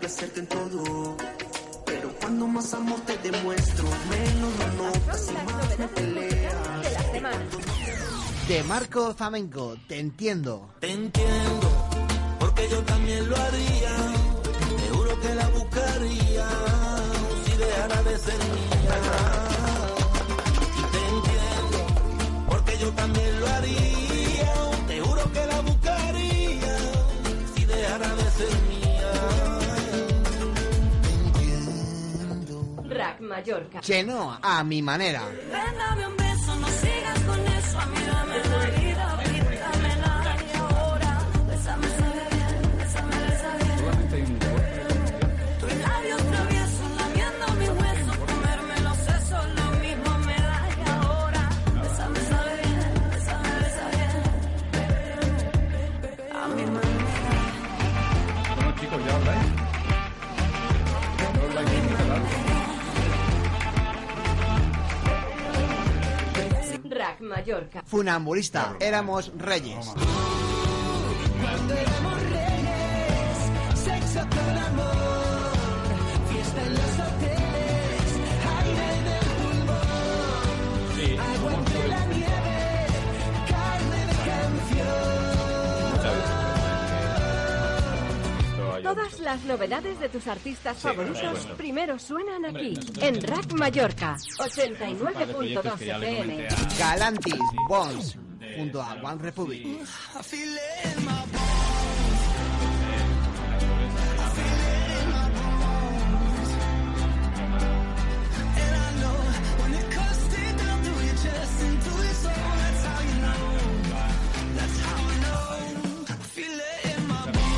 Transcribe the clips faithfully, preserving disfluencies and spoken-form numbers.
complacerte en todo. Pero cuando más amor te demuestro, menos lo notas y más me peleas. De la semana. De Marco Flamenco, Te entiendo. Te entiendo, porque yo también lo haría. Te juro que la buscaría si dejara de ser mía. Y te entiendo, porque yo también lo haría. Te juro que la buscaría si dejara de ser mía. Te entiendo. Rack Mallorca. Chenoa, a mi manera. Ven, dame un beso, no sigas con eso. A mí dame la vida, píntamela y ahora. Bésame, sabe bien, bésame, besa bien. Tus labios traviesos, lamiendo mis huesos. Comerme los sesos, lo mismo me da y ahora. Bésame, sabe bien, bésame, besa bien. A mi manera. Bueno, chicos, ¿ya habláis? ¿No habláis bien ni hablar? Rack Mallorca. Funambulista, éramos reyes. Cuando éramos reyes, sexo con amor, fiesta en los hoteles, aire del pulmón, Sí, agua mucho entre la de- nieve, carne de canción. muchas veces. Esto hay Todas mucho. las novedades de tus artistas Sí, favoritos por supuesto. primero suenan Hombre, aquí, nosotros en tenemos- Rack Mallorca, ochenta y Un par nueve de punto proyectos dos que ya le F M. comenté a- Galantis, Bones, de- junto a One Republic. I feel it in my bones. And I know when it comes deep down through your chest and through your soul, that's how you know. That's how I know. I feel it in my bones.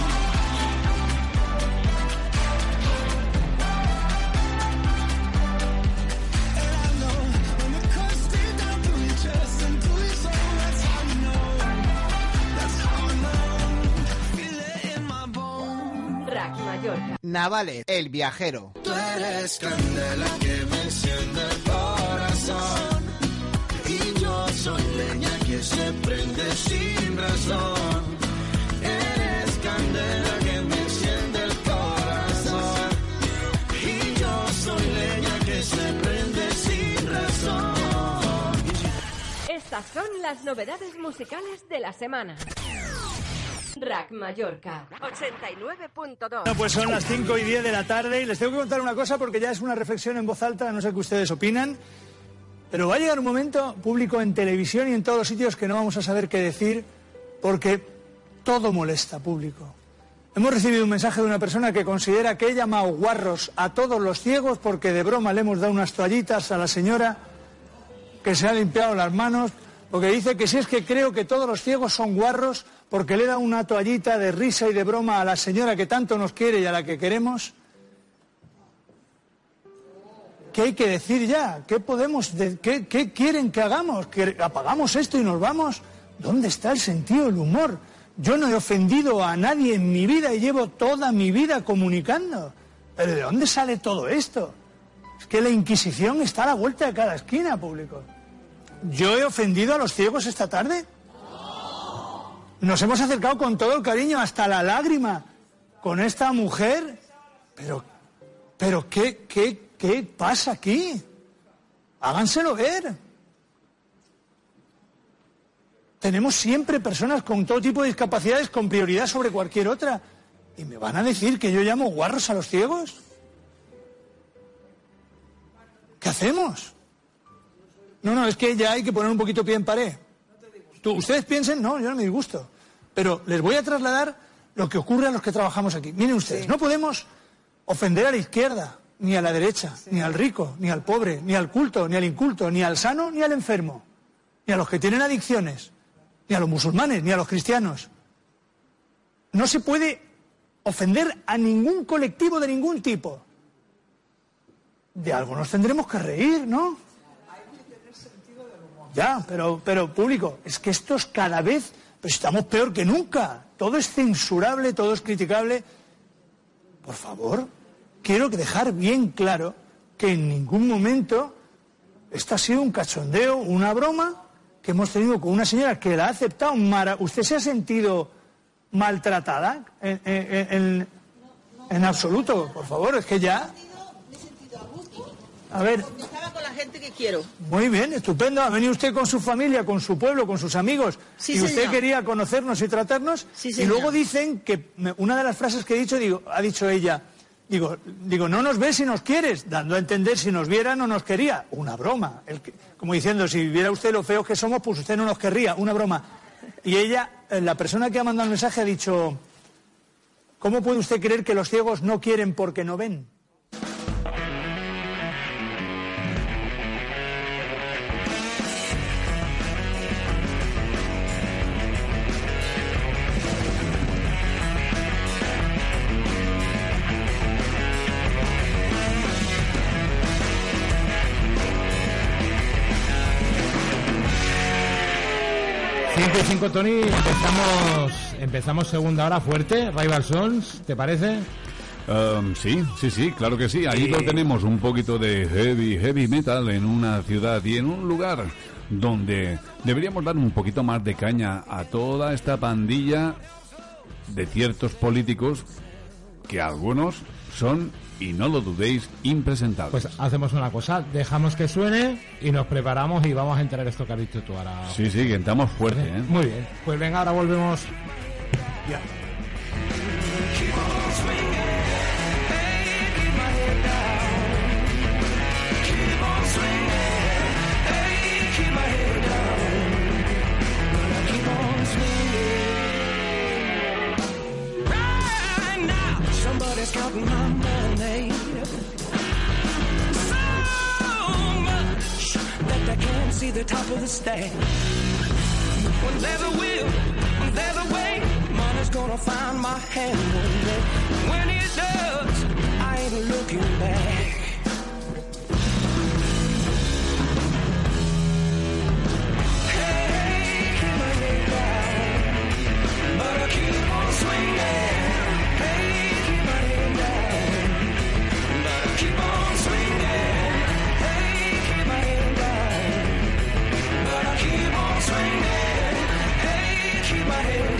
And I know when it comes deep down through your chest and through your soul, that's how you know. That's how I know. I feel it in my bones. Rack Mallorca. Navales, El Viajero. Tú eres candela que me enciende el corazón y yo soy leña que se prende sin razón. Eres candela que me enciende el corazón y yo soy leña que se prende sin razón. Estas son las novedades musicales de la semana. Rack Mallorca, ochenta y nueve punto dos. Bueno, pues son las cinco y diez de la tarde y les tengo que contar una cosa porque ya es una reflexión en voz alta, no sé qué ustedes opinan, pero va a llegar un momento, público en televisión y en todos los sitios, que no vamos a saber qué decir porque todo molesta, público. Hemos recibido un mensaje de una persona que considera que he llamado guarros a todos los ciegos porque de broma le hemos dado unas toallitas a la señora que se ha limpiado las manos, porque dice que si es que creo que todos los ciegos son guarros porque le da una toallita de risa y de broma a la señora que tanto nos quiere y a la que queremos. ¿Qué hay que decir ya? ¿Qué podemos, de, qué, qué quieren que hagamos? ¿Que apagamos esto y nos vamos? ¿Dónde está el sentido del humor? Yo no he ofendido a nadie en mi vida y llevo toda mi vida comunicando. ¿Pero de dónde sale todo esto? Es que la Inquisición está a la vuelta de cada esquina, público. ¿Yo he ofendido a los ciegos esta tarde? Nos hemos acercado con todo el cariño, hasta la lágrima, con esta mujer. Pero, pero ¿qué, qué, qué pasa aquí? Háganselo ver. Tenemos siempre personas con todo tipo de discapacidades con prioridad sobre cualquier otra. ¿Y me van a decir que yo llamo guarros a los ciegos? ¿Qué hacemos? No, no, es que ya hay que poner un poquito pie en pared. Tú, ustedes piensen, no, yo no me disgusto. Pero les voy a trasladar lo que ocurre a los que trabajamos aquí. Miren ustedes, sí. No podemos ofender a la izquierda, ni a la derecha, sí. Ni al rico, ni al pobre, ni al culto, ni al inculto, ni al sano, ni al enfermo, ni a los que tienen adicciones, ni a los musulmanes, ni a los cristianos. No se puede ofender a ningún colectivo de ningún tipo. De algo nos tendremos que reír, ¿no? Ya, pero, pero público, es que esto es cada vez, pues estamos peor que nunca. Todo es censurable, todo es criticable. Por favor, quiero dejar bien claro que en ningún momento esto ha sido un cachondeo, una broma que hemos tenido con una señora que la ha aceptado. Mara... ¿Usted se ha sentido maltratada? En, en, en... En absoluto, por favor, es que ya... A ver... Estaba con la gente que quiero. Muy bien, estupendo. Ha venido usted con su familia, con su pueblo, con sus amigos. Sí, y usted señor. quería conocernos y tratarnos. Sí, y señor. luego dicen que me- una de las frases que he dicho, digo, ha dicho ella, digo, digo, no nos ves si nos quieres, dando a entender si nos viera no nos quería. Una broma. El que- como diciendo, si viera usted lo feos que somos, pues usted no nos querría. Una broma. Y ella, eh, la persona que ha mandado el mensaje, ha dicho, ¿cómo puede usted creer que los ciegos no quieren porque no ven? cinco y cinco, Tony, empezamos, empezamos segunda hora fuerte, Rival Sons, ¿te parece? Um, sí, sí, sí, claro que sí. Ahí lo tenemos, un poquito de heavy, heavy metal en una ciudad y en un lugar donde deberíamos dar un poquito más de caña a toda esta pandilla de ciertos políticos que algunos son, y no lo dudéis, impresentables. Pues hacemos una cosa, dejamos que suene y nos preparamos y vamos a entrar esto que has dicho tú ahora. Sí, sí, que entramos fuerte, ¿eh? Muy bien, pues venga, ahora volvemos. Ya. Right now, somebody's counting my money. So much that I can't see the top of the stack. Well, there's a will, there's a way. Money's gonna find my hand one day. When it does, I ain't looking back. Hey, keep my head down, but I keep on swinging. Hey, keep my head down, but I keep on swinging. Hey, keep my head down, but I keep on swinging. Hey, keep my head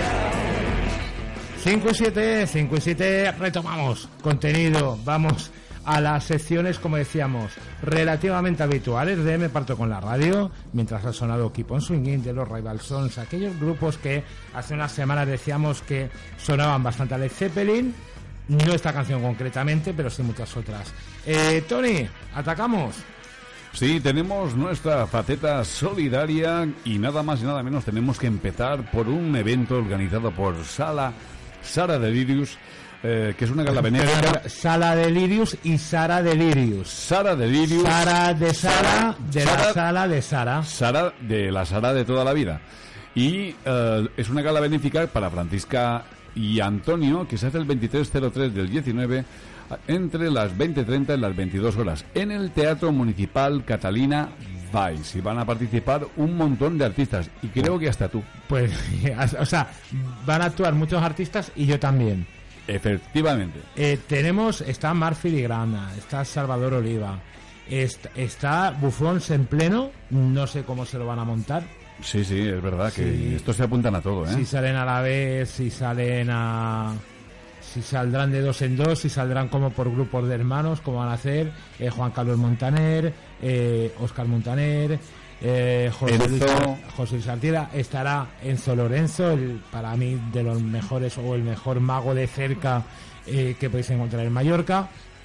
down. cinco y siete, cinco y siete, retomamos contenido, vamos a las secciones, como decíamos, relativamente habituales de Me Parto con la Radio, mientras ha sonado Keep on Swinging de los Rival Sons, aquellos grupos que hace unas semanas decíamos que sonaban bastante a Led Zeppelin, no esta canción concretamente, pero sí muchas otras. Eh, Tony, ¿atacamos? Sí, tenemos nuestra faceta solidaria y nada más y nada menos tenemos que empezar por un evento organizado por Sala Sara Delirious, eh, que es una gala benéfica. Sala Delirious y Sara Delirious. Sara Delirious. Sara de Sara, de Sara- la sala de Sara. Sara de la Sara de toda la vida. Y eh, es una gala benéfica para Francisca y Antonio, que se hace el veintitrés cero tres del diecinueve, entre las veinte treinta y las veintidós horas, en el Teatro Municipal Catalina Valls. Y van a participar un montón de artistas, y creo que hasta tú. Pues, o sea, van a actuar muchos artistas y yo también. Efectivamente. Eh, tenemos, está Mar Filigrana, está Salvador Oliva, est- está Buffons en pleno, no sé cómo se lo van a montar. Sí, sí, es verdad que Sí. estos se apuntan a todo, ¿eh? Si salen a la vez, si salen a... Si saldrán de dos en dos, si saldrán como por grupos de hermanos, como van a hacer eh, Juan Carlos Montaner, eh, Óscar Montaner, eh, José, Luis, Enzo. José Luis Artieda. Estará Enzo Lorenzo, el, para mí de los mejores o el mejor mago de cerca eh, que podéis encontrar en Mallorca.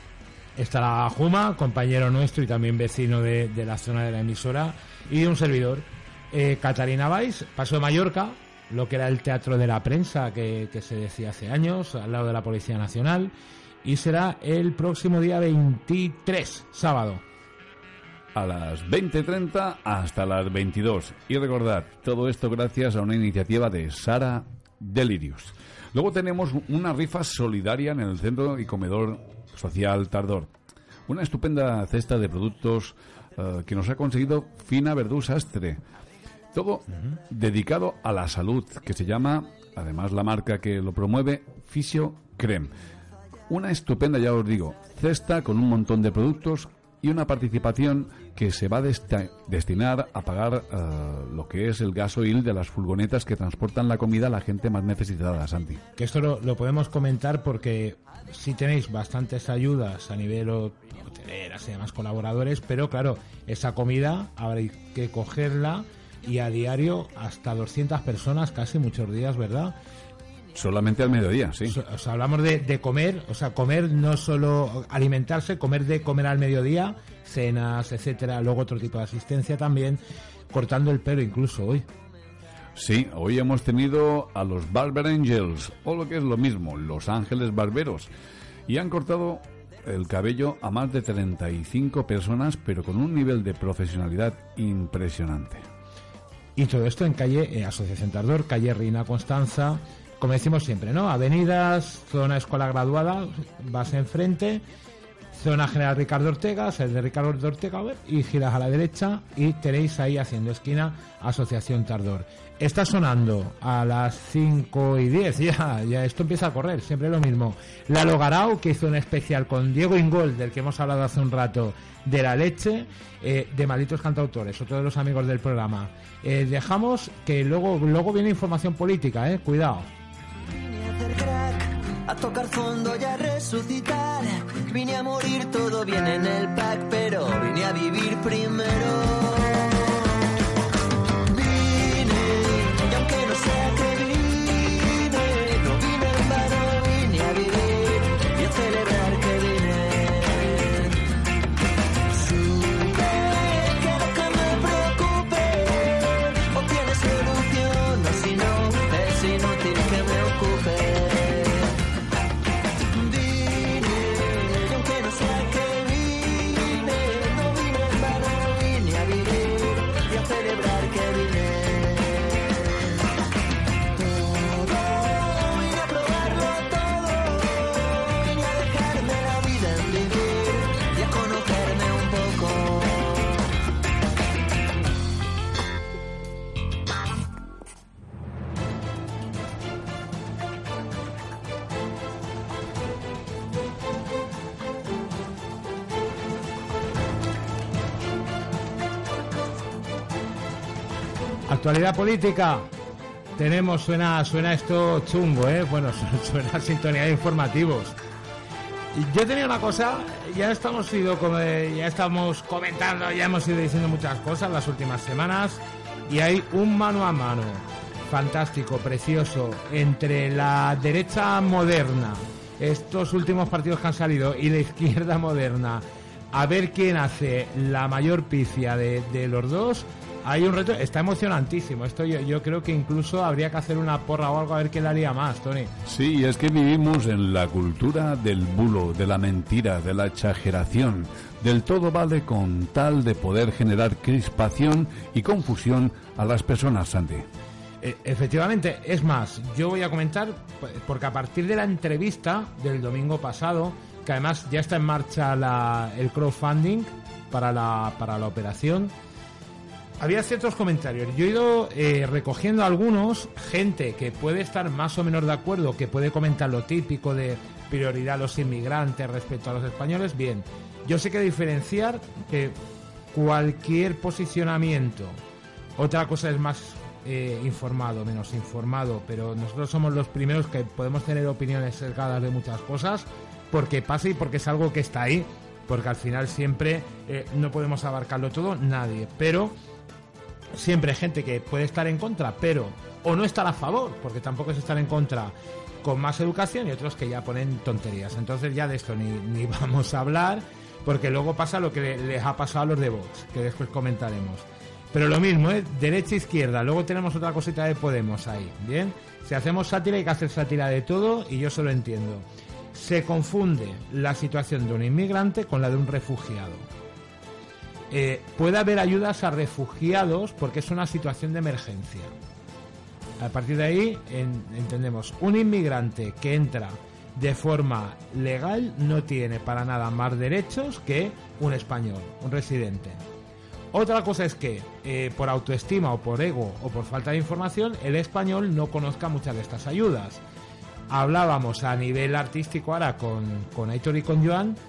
Estará Juma, compañero nuestro y también vecino de, de la zona de la emisora, y de un servidor. Eh, Catarina Valls, Paso de Mallorca, lo que era el Teatro de la Prensa que, que se decía hace años, al lado de la Policía Nacional, y será el próximo día veintitrés, sábado. A las veinte treinta hasta las veintidós. Y recordad, todo esto gracias a una iniciativa de Sara Delirious. Luego tenemos una rifa solidaria en el Centro y Comedor Social Tardor. Una estupenda cesta de productos uh, que nos ha conseguido Fina Verdú Sastre. Todo uh-huh. dedicado a la salud, que se llama, además la marca que lo promueve, Fisio Creme. Una estupenda, ya os digo, cesta con un montón de productos y una participación que se va a desti- destinar a pagar uh, lo que es el gasoil de las furgonetas que transportan la comida a la gente más necesitada, Santi. Que esto lo, lo podemos comentar porque sí tenéis bastantes ayudas a nivel hoteleras y demás colaboradores, pero claro, esa comida habrá que cogerla y a diario hasta doscientas personas, casi muchos días, ¿verdad? Solamente al mediodía, sí. O sea, hablamos de, de comer, o sea, comer no solo alimentarse, comer de comer al mediodía, cenas, etcétera, luego otro tipo de asistencia también, cortando el pelo incluso hoy. Sí, hoy hemos tenido a los Barber Angels, o lo que es lo mismo, los Ángeles Barberos, y han cortado el cabello a más de treinta y cinco personas, pero con un nivel de profesionalidad impresionante. Y todo esto en calle eh, Asociación Tardor, calle Reina Constanza, como decimos siempre, ¿no? Avenidas, zona Escuela Graduada, vas enfrente, zona General Ricardo Ortega, el de Ricardo Ortega, y giras a la derecha y tenéis ahí haciendo esquina Asociación Tardor. Está sonando a las cinco y diez, ya, ya esto empieza a correr, siempre lo mismo. Lalo Garau, que hizo un especial con Diego Ingol, del que hemos hablado hace un rato, de La Leche, eh, de Malditos Cantautores, otro de los amigos del programa. Eh, dejamos que luego, luego viene información política, eh, cuidado. Vine a hacer crack, a tocar fondo y a resucitar. Vine a morir, todo bien en el pack, pero vine a vivir primero. Vine, y aunque no sea que vine, no vine en vano, vine a vivir y a celebrar que vine. Supe que lo que me preocupe o tiene solución, o si no, es inútil que me ocupe. Vine, y aunque no sea que vine, no vine en vano, vine a vivir y a celebrar que vine. Todo, vine a probarlo todo, vine a dejarme la vida en vivir y a conocerme un poco. Actualidad política. Tenemos, suena, suena esto chungo, ¿eh? Bueno, suena sintonía de informativos. Y yo tenía una cosa, ya estamos ido, como, ya estamos comentando, ya hemos ido diciendo muchas cosas las últimas semanas, y hay un mano a mano fantástico, precioso, entre la derecha moderna, estos últimos partidos que han salido, y la izquierda moderna, a ver quién hace la mayor pifia de, de los dos. Hay un reto, está emocionantísimo. Esto yo, yo creo que incluso habría que hacer una porra o algo a ver quién la haría más, Tony. Sí, es que vivimos en la cultura del bulo, de la mentira, de la exageración. Del todo vale con tal de poder generar crispación y confusión a las personas, Santi. E- efectivamente, es más, yo voy a comentar, porque a partir de la entrevista del domingo pasado, que además ya está en marcha la, el crowdfunding para la, para la operación, había ciertos comentarios. Yo he ido eh, recogiendo algunos, gente que puede estar más o menos de acuerdo, que puede comentar lo típico de prioridad a los inmigrantes respecto a los españoles. Bien, yo sé que diferenciar que cualquier posicionamiento, otra cosa es más eh, informado, menos informado, pero nosotros somos los primeros que podemos tener opiniones sesgadas de muchas cosas, porque pasa y porque es algo que está ahí, porque al final siempre eh, no podemos abarcarlo todo, nadie, pero siempre hay gente que puede estar en contra, pero o no estar a favor, porque tampoco es estar en contra con más educación, y otros que ya ponen tonterías. Entonces ya de esto ni, ni vamos a hablar, porque luego pasa lo que les ha pasado a los de Vox, que después comentaremos. Pero lo mismo, ¿eh? Derecha, izquierda, luego tenemos otra cosita de Podemos ahí, ¿bien? Si hacemos sátira hay que hacer sátira de todo, y yo se lo entiendo. Se confunde la situación de un inmigrante con la de un refugiado. Eh, puede haber ayudas a refugiados porque es una situación de emergencia. A partir de ahí en, entendemos, un inmigrante que entra de forma legal no tiene para nada más derechos que un español, un residente. Otra cosa es que eh, por autoestima o por ego o por falta de información el español no conozca muchas de estas ayudas. Hablábamos a nivel artístico ahora con, con Aitor y con Joan.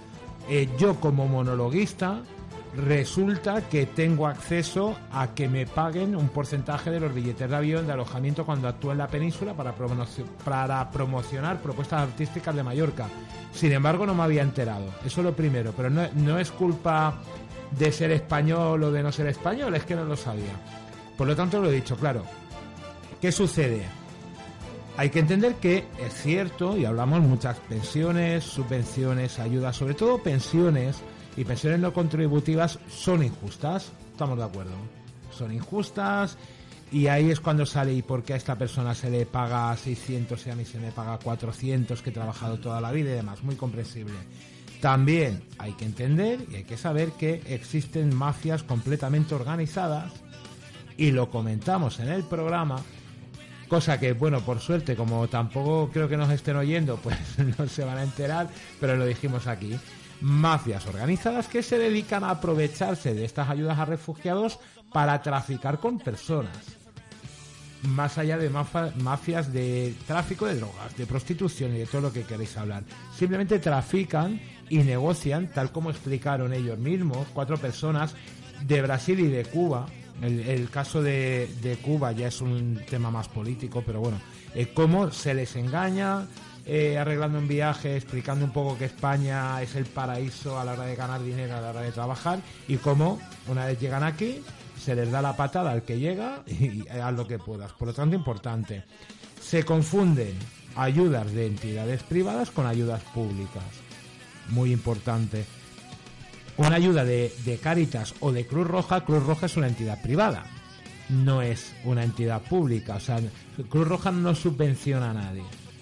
Eh, yo como monologuista resulta que tengo acceso a que me paguen un porcentaje de los billetes de avión de alojamiento cuando actúo en la península para, promocio- para promocionar propuestas artísticas de Mallorca. Sin embargo, no me había enterado. Eso es lo primero, pero no, no es culpa de ser español o de no ser español, es que no lo sabía. Por lo tanto, lo he dicho, claro. ¿Qué sucede? Hay que entender que es cierto, y hablamos muchas pensiones, subvenciones, ayudas, sobre todo pensiones y pensiones no contributivas son injustas, estamos de acuerdo, son injustas, y ahí es cuando sale y por qué a esta persona se le paga seiscientos y a mí se me paga cuatrocientos, que he trabajado toda la vida y demás, muy comprensible. También hay que entender y hay que saber que existen mafias completamente organizadas, y lo comentamos en el programa, cosa que, bueno, por suerte, como tampoco creo que nos estén oyendo, pues no se van a enterar, pero lo dijimos aquí. Mafias organizadas que se dedican a aprovecharse de estas ayudas a refugiados para traficar con personas. Más allá de mafa- mafias de tráfico de drogas, de prostitución y de todo lo que queréis hablar. Simplemente trafican y negocian, tal como explicaron ellos mismos, cuatro personas de Brasil y de Cuba. El, el caso de, de Cuba ya es un tema más político, pero bueno, eh, cómo se les engaña, eh, arreglando un viaje, explicando un poco que España es el paraíso a la hora de ganar dinero, a la hora de trabajar, y cómo una vez llegan aquí se les da la patada al que llega y, y haz lo que puedas. Por lo tanto, importante, se confunden ayudas de entidades privadas con ayudas públicas, muy importante. Una ayuda de, de Cáritas o de Cruz Roja, Cruz Roja es una entidad privada, no es una entidad pública. O sea, Cruz Roja no subvenciona a nadie.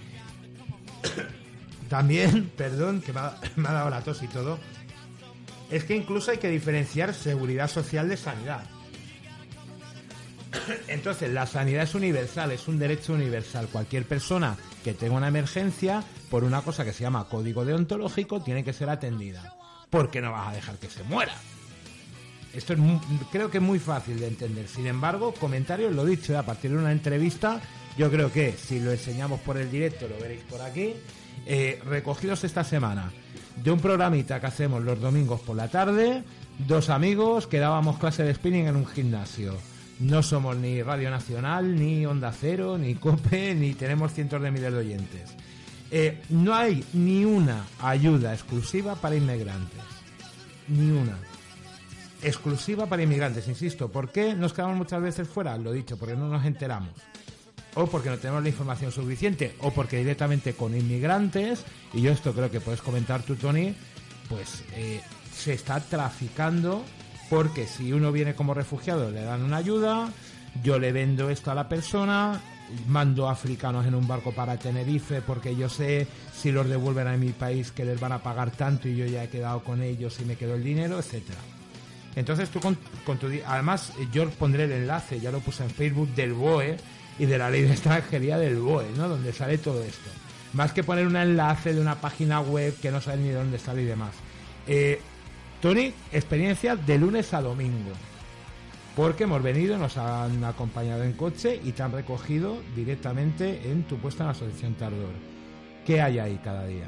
También, perdón, que me ha, me ha dado la tos y todo, es que incluso hay que diferenciar seguridad social de sanidad. Entonces, la sanidad es universal, es un derecho universal. Cualquier persona que tenga una emergencia, por una cosa que se llama código deontológico, tiene que ser atendida. Porque no vas a dejar que se muera. Esto es muy, creo que es muy fácil de entender. Sin embargo, comentarios, lo dicho, a partir de una entrevista, yo creo que si lo enseñamos por el directo, lo veréis por aquí, eh, recogidos esta semana de un programita que hacemos los domingos por la tarde, dos amigos que dábamos clase de spinning en un gimnasio. No somos ni Radio Nacional, ni Onda Cero, ni COPE, ni tenemos cientos de miles de oyentes. Eh, no hay ni una ayuda exclusiva para inmigrantes. Ni una. Exclusiva para inmigrantes, insisto. ¿Por qué nos quedamos muchas veces fuera? Lo dicho, porque no nos enteramos. O porque no tenemos la información suficiente. O porque directamente con inmigrantes, y yo esto creo que puedes comentar tú, Tony, pues eh, se está traficando, porque si uno viene como refugiado le dan una ayuda, yo le vendo esto a la persona, mando africanos en un barco para Tenerife porque yo sé si los devuelven a mi país que les van a pagar tanto y yo ya he quedado con ellos y me quedo el dinero, etcétera. Entonces tú con, con tu... Además yo pondré el enlace, ya lo puse en Facebook, del B O E y de la ley de extranjería del B O E, ¿no? Donde sale todo esto. Más que poner un enlace de una página web que no sabe ni de dónde sale y demás. Eh, Tony, experiencia de lunes a domingo. Porque hemos venido, nos han acompañado en coche y te han recogido directamente en tu puesto en la Asociación Tardor. ¿Qué hay ahí cada día?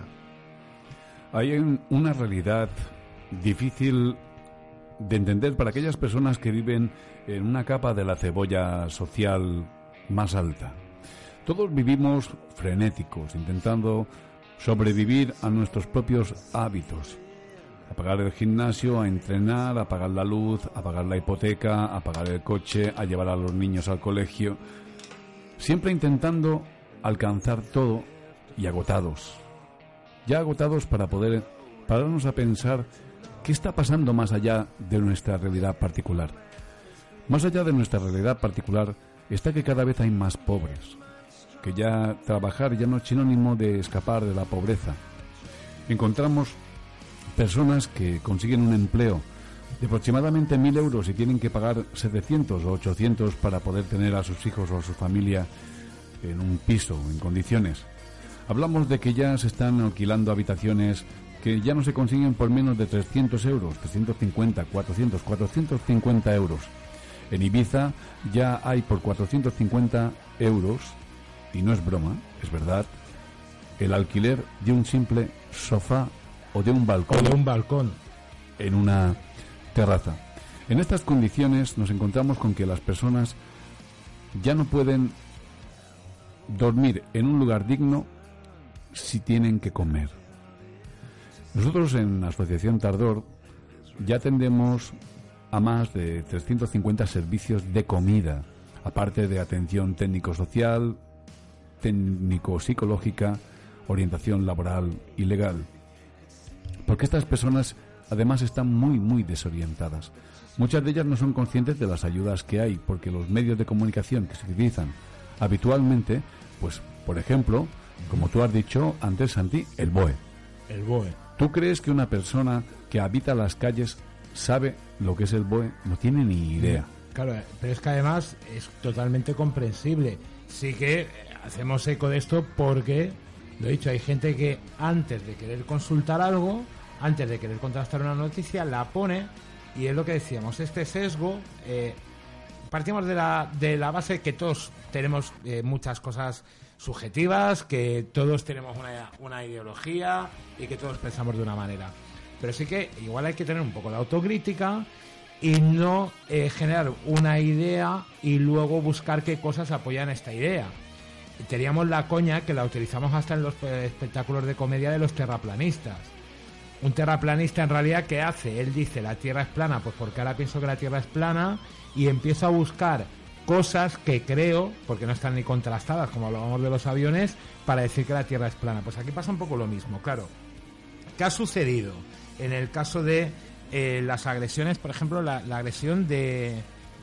Hay un- una realidad difícil de entender para aquellas personas que viven en una capa de la cebolla social más alta. Todos vivimos frenéticos, intentando sobrevivir a nuestros propios hábitos. A pagar el gimnasio, a entrenar, a pagar la luz, a pagar la hipoteca, a pagar el coche, a llevar a los niños al colegio. Siempre intentando alcanzar todo y agotados. Ya agotados para poder pararnos a pensar qué está pasando más allá de nuestra realidad particular. Más allá de nuestra realidad particular está que cada vez hay más pobres. Que ya trabajar ya no es sinónimo de escapar de la pobreza. Encontramos personas que consiguen un empleo de aproximadamente mil euros y tienen que pagar setecientos o ochocientos para poder tener a sus hijos o a su familia en un piso, en condiciones. Hablamos de que ya se están alquilando habitaciones que ya no se consiguen por menos de trescientos euros, trescientos cincuenta, cuatrocientos, cuatrocientos cincuenta euros. En Ibiza ya hay por cuatrocientos cincuenta euros, y no es broma, es verdad, el alquiler de un simple sofá o de un balcón. O de un balcón. En una terraza. En estas condiciones nos encontramos con que las personas ya no pueden dormir en un lugar digno si tienen que comer. Nosotros en la Asociación Tardor ya atendemos a más de trescientos cincuenta servicios de comida, aparte de atención técnico-social, técnico-psicológica, orientación laboral y legal. Porque estas personas además están muy, muy desorientadas. Muchas de ellas no son conscientes de las ayudas que hay, porque los medios de comunicación que se utilizan habitualmente, pues, por ejemplo, como tú has dicho antes, Santi, el B O E. El B O E. ¿Tú crees que una persona que habita las calles sabe lo que es el B O E? No tiene ni idea. Claro, pero es que además es totalmente comprensible. Sí que hacemos eco de esto porque, lo he dicho, hay gente que antes de querer consultar algo, antes de querer contrastar una noticia, la pone, y es lo que decíamos, este sesgo, eh, partimos de la, de la base que todos tenemos eh, muchas cosas subjetivas, que todos tenemos una, una ideología y que todos pensamos de una manera. Pero sí que igual hay que tener un poco de autocrítica y no eh, generar una idea y luego buscar qué cosas apoyan esta idea. Teníamos la coña que la utilizamos hasta en los espectáculos de comedia de los terraplanistas. Un terraplanista en realidad, ¿qué hace? Él dice la Tierra es plana, pues porque ahora pienso que la Tierra es plana, y empiezo a buscar cosas que creo, porque no están ni contrastadas, como hablábamos de los aviones, para decir que la Tierra es plana. Pues aquí pasa un poco lo mismo, claro. ¿Qué ha sucedido? En el caso de eh, las agresiones, por ejemplo, la, la agresión de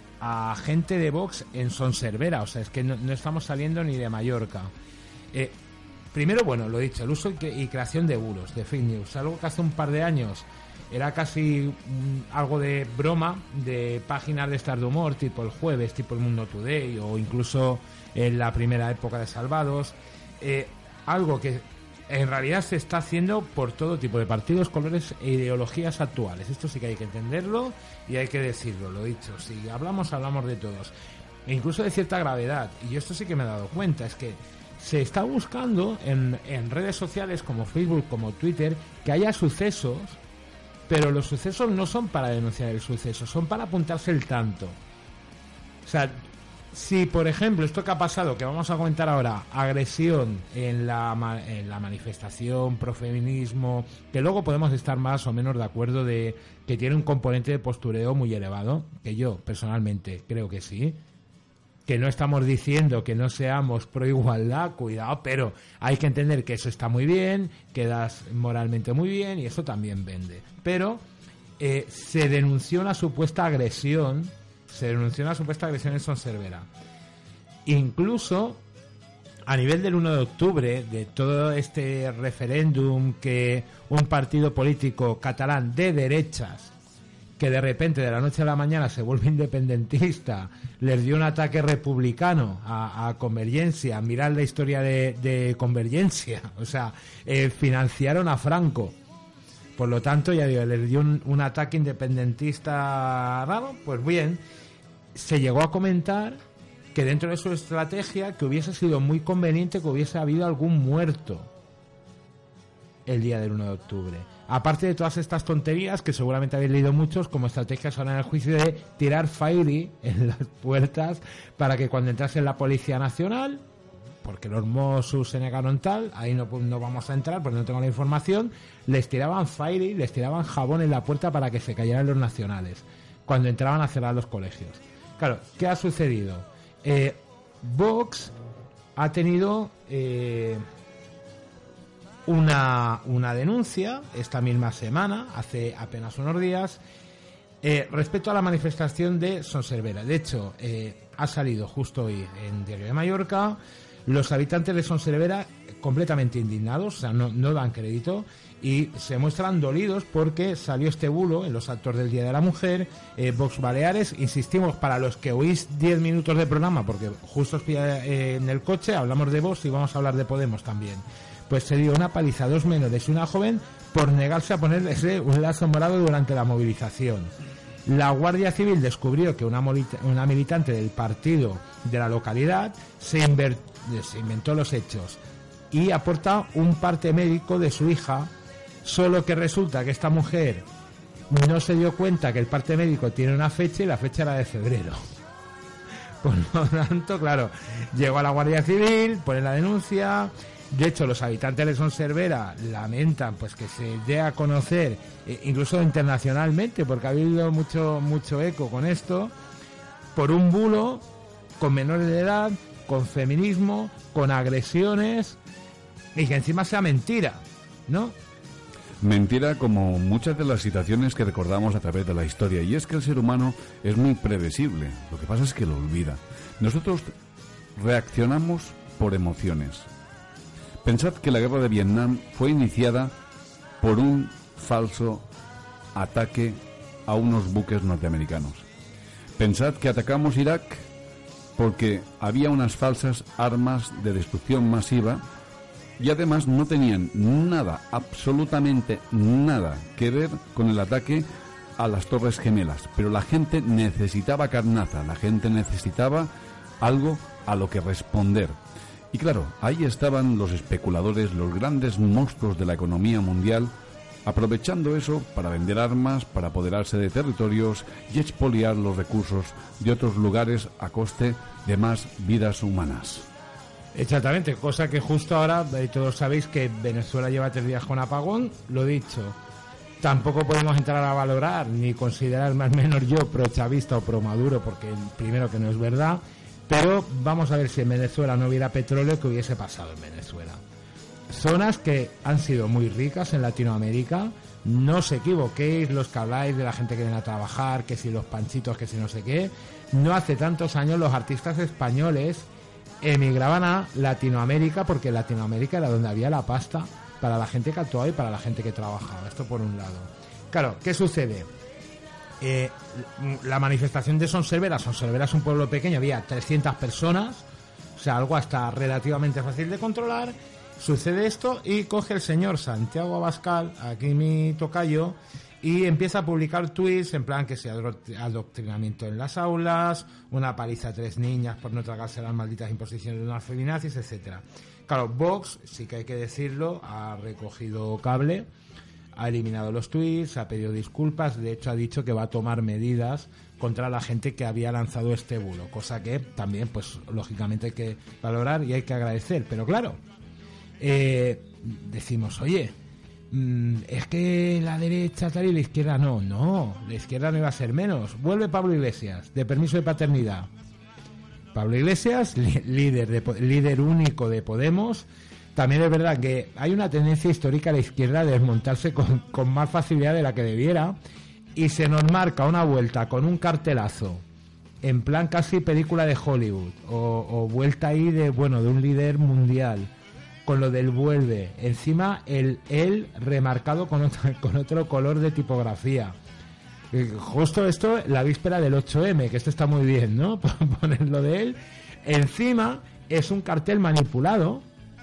a gente de Vox en Son Servera, o sea, es que no, no estamos saliendo ni de Mallorca. Eh, Primero, bueno, lo he dicho, el uso y, y creación de bulos, de fake news, algo que hace un par de años era casi mm, algo de broma, de páginas de estas de humor, tipo El Jueves, tipo El Mundo Today, o incluso en la primera época de Salvados, eh, algo que en realidad se está haciendo por todo tipo de partidos, colores e ideologías actuales. Esto sí que hay que entenderlo y hay que decirlo, lo he dicho, si hablamos, hablamos de todos, e incluso de cierta gravedad, y esto sí que me he dado cuenta, es que se está buscando en, en redes sociales como Facebook, como Twitter, que haya sucesos, pero los sucesos no son para denunciar el suceso, son para apuntarse el tanto. O sea, si por ejemplo esto que ha pasado, que vamos a comentar ahora, agresión en la, en la manifestación, profeminismo, que luego podemos estar más o menos de acuerdo de que tiene un componente de postureo muy elevado, que yo personalmente creo que sí, que no estamos diciendo que no seamos pro igualdad, cuidado, pero hay que entender que eso está muy bien, quedas moralmente muy bien y eso también vende. Pero eh, se denunció una supuesta agresión, se denunció una supuesta agresión en Son Servera. Incluso a nivel del uno de octubre, de todo este referéndum que un partido político catalán de derechas, que de repente de la noche a la mañana se vuelve independentista, les dio un ataque republicano a, a Convergencia. Mirad la historia de, de Convergencia, o sea, eh, financiaron a Franco, por lo tanto ya digo, les dio un, un ataque independentista raro. Pues bien, se llegó a comentar que dentro de su estrategia que hubiese sido muy conveniente que hubiese habido algún muerto el día del uno de octubre. Aparte de todas estas tonterías que seguramente habéis leído muchos, como estrategias ahora en el juicio de tirar fairy en las puertas para que cuando entrase la Policía Nacional, porque los Mossos se negaron tal, ahí no, no vamos a entrar porque no tengo la información, les tiraban fairy, les tiraban jabón en la puerta para que se cayeran los nacionales cuando entraban a cerrar los colegios. Claro, ¿qué ha sucedido? Eh, Vox ha tenido... Eh, Una, una denuncia esta misma semana, hace apenas unos días, eh, respecto a la manifestación de Son Servera. De hecho, eh, ha salido justo hoy en Diario de Mallorca, los habitantes de Son Servera completamente indignados, o sea, no, no dan crédito, y se muestran dolidos porque salió este bulo en los actos del Día de la Mujer. eh, Vox Baleares, insistimos, para los que oís diez minutos de programa, porque justo os pilla eh, en el coche, hablamos de Vox y vamos a hablar de Podemos también. Pues se dio una paliza a dos menores y una joven por negarse a ponerles un lazo morado durante la movilización. La Guardia Civil descubrió que una, una militante del partido de la localidad se, inver, se inventó los hechos y aporta un parte médico de su hija Solo que resulta que esta mujer no se dio cuenta que el parte médico tiene una fecha y la fecha era de febrero. Por lo tanto, claro, llegó a la Guardia Civil, pone la denuncia. De hecho, los habitantes de Son Servera lamentan pues que se dé a conocer, eh, incluso internacionalmente, porque ha habido mucho mucho eco con esto, por un bulo con menores de edad, con feminismo, con agresiones, y que encima sea mentira, ¿no? Mentira como muchas de las situaciones que recordamos a través de la historia, y es que el ser humano es muy previsible, lo que pasa es que lo olvida. Nosotros reaccionamos por emociones. Pensad que la guerra de Vietnam fue iniciada por un falso ataque a unos buques norteamericanos. Pensad que atacamos Irak porque había unas falsas armas de destrucción masiva y además no tenían nada, absolutamente nada que ver con el ataque a las Torres Gemelas. Pero la gente necesitaba carnaza, la gente necesitaba algo a lo que responder. Y claro, ahí estaban los especuladores, los grandes monstruos de la economía mundial, aprovechando eso para vender armas, para apoderarse de territorios y expoliar los recursos de otros lugares a coste de más vidas humanas. Exactamente, cosa que justo ahora, eh, todos sabéis que Venezuela lleva tres días con apagón, lo dicho. Tampoco podemos entrar a valorar ni considerar más menos yo pro chavista o pro Maduro, porque primero que no es verdad, pero vamos a ver si en Venezuela no hubiera petróleo, que hubiese pasado en Venezuela. Zonas que han sido muy ricas en Latinoamérica, no os equivoquéis los que habláis de la gente que viene a trabajar, que si los panchitos, que si no sé qué. No hace tantos años los artistas españoles emigraban a Latinoamérica porque Latinoamérica era donde había la pasta para la gente que actuaba y para la gente que trabajaba. Esto por un lado. Claro, ¿qué sucede? Eh, la manifestación de Son Servera, Son Servera es un pueblo pequeño, había trescientas personas, o sea, algo hasta relativamente fácil de controlar. Sucede esto y coge el señor Santiago Abascal, aquí mi tocayo, y empieza a publicar tweets en plan que sea adoctrinamiento en las aulas, una paliza a tres niñas por no tragarse las malditas imposiciones de unas feminazis, etcétera. Claro, Vox, sí que hay que decirlo, ha recogido cable, ha eliminado los tweets, ha pedido disculpas, de hecho ha dicho que va a tomar medidas contra la gente que había lanzado este bulo, cosa que también, pues, lógicamente hay que valorar y hay que agradecer, pero claro, eh, decimos, oye, es que la derecha tal y la izquierda no, no, la izquierda no iba a ser menos. Vuelve Pablo Iglesias, de permiso de paternidad. Pablo Iglesias, líder, de, líder único de Podemos. También es verdad que hay una tendencia histórica a la izquierda a desmontarse con, con más facilidad de la que debiera, y se nos marca una vuelta con un cartelazo en plan casi película de Hollywood o, o vuelta ahí de, bueno, de un líder mundial, con lo del vuelve, encima el él remarcado con otro, con otro color de tipografía. Eh, justo esto, la víspera del ocho eme, que esto está muy bien, ¿no? Ponerlo de él. Encima es un cartel manipulado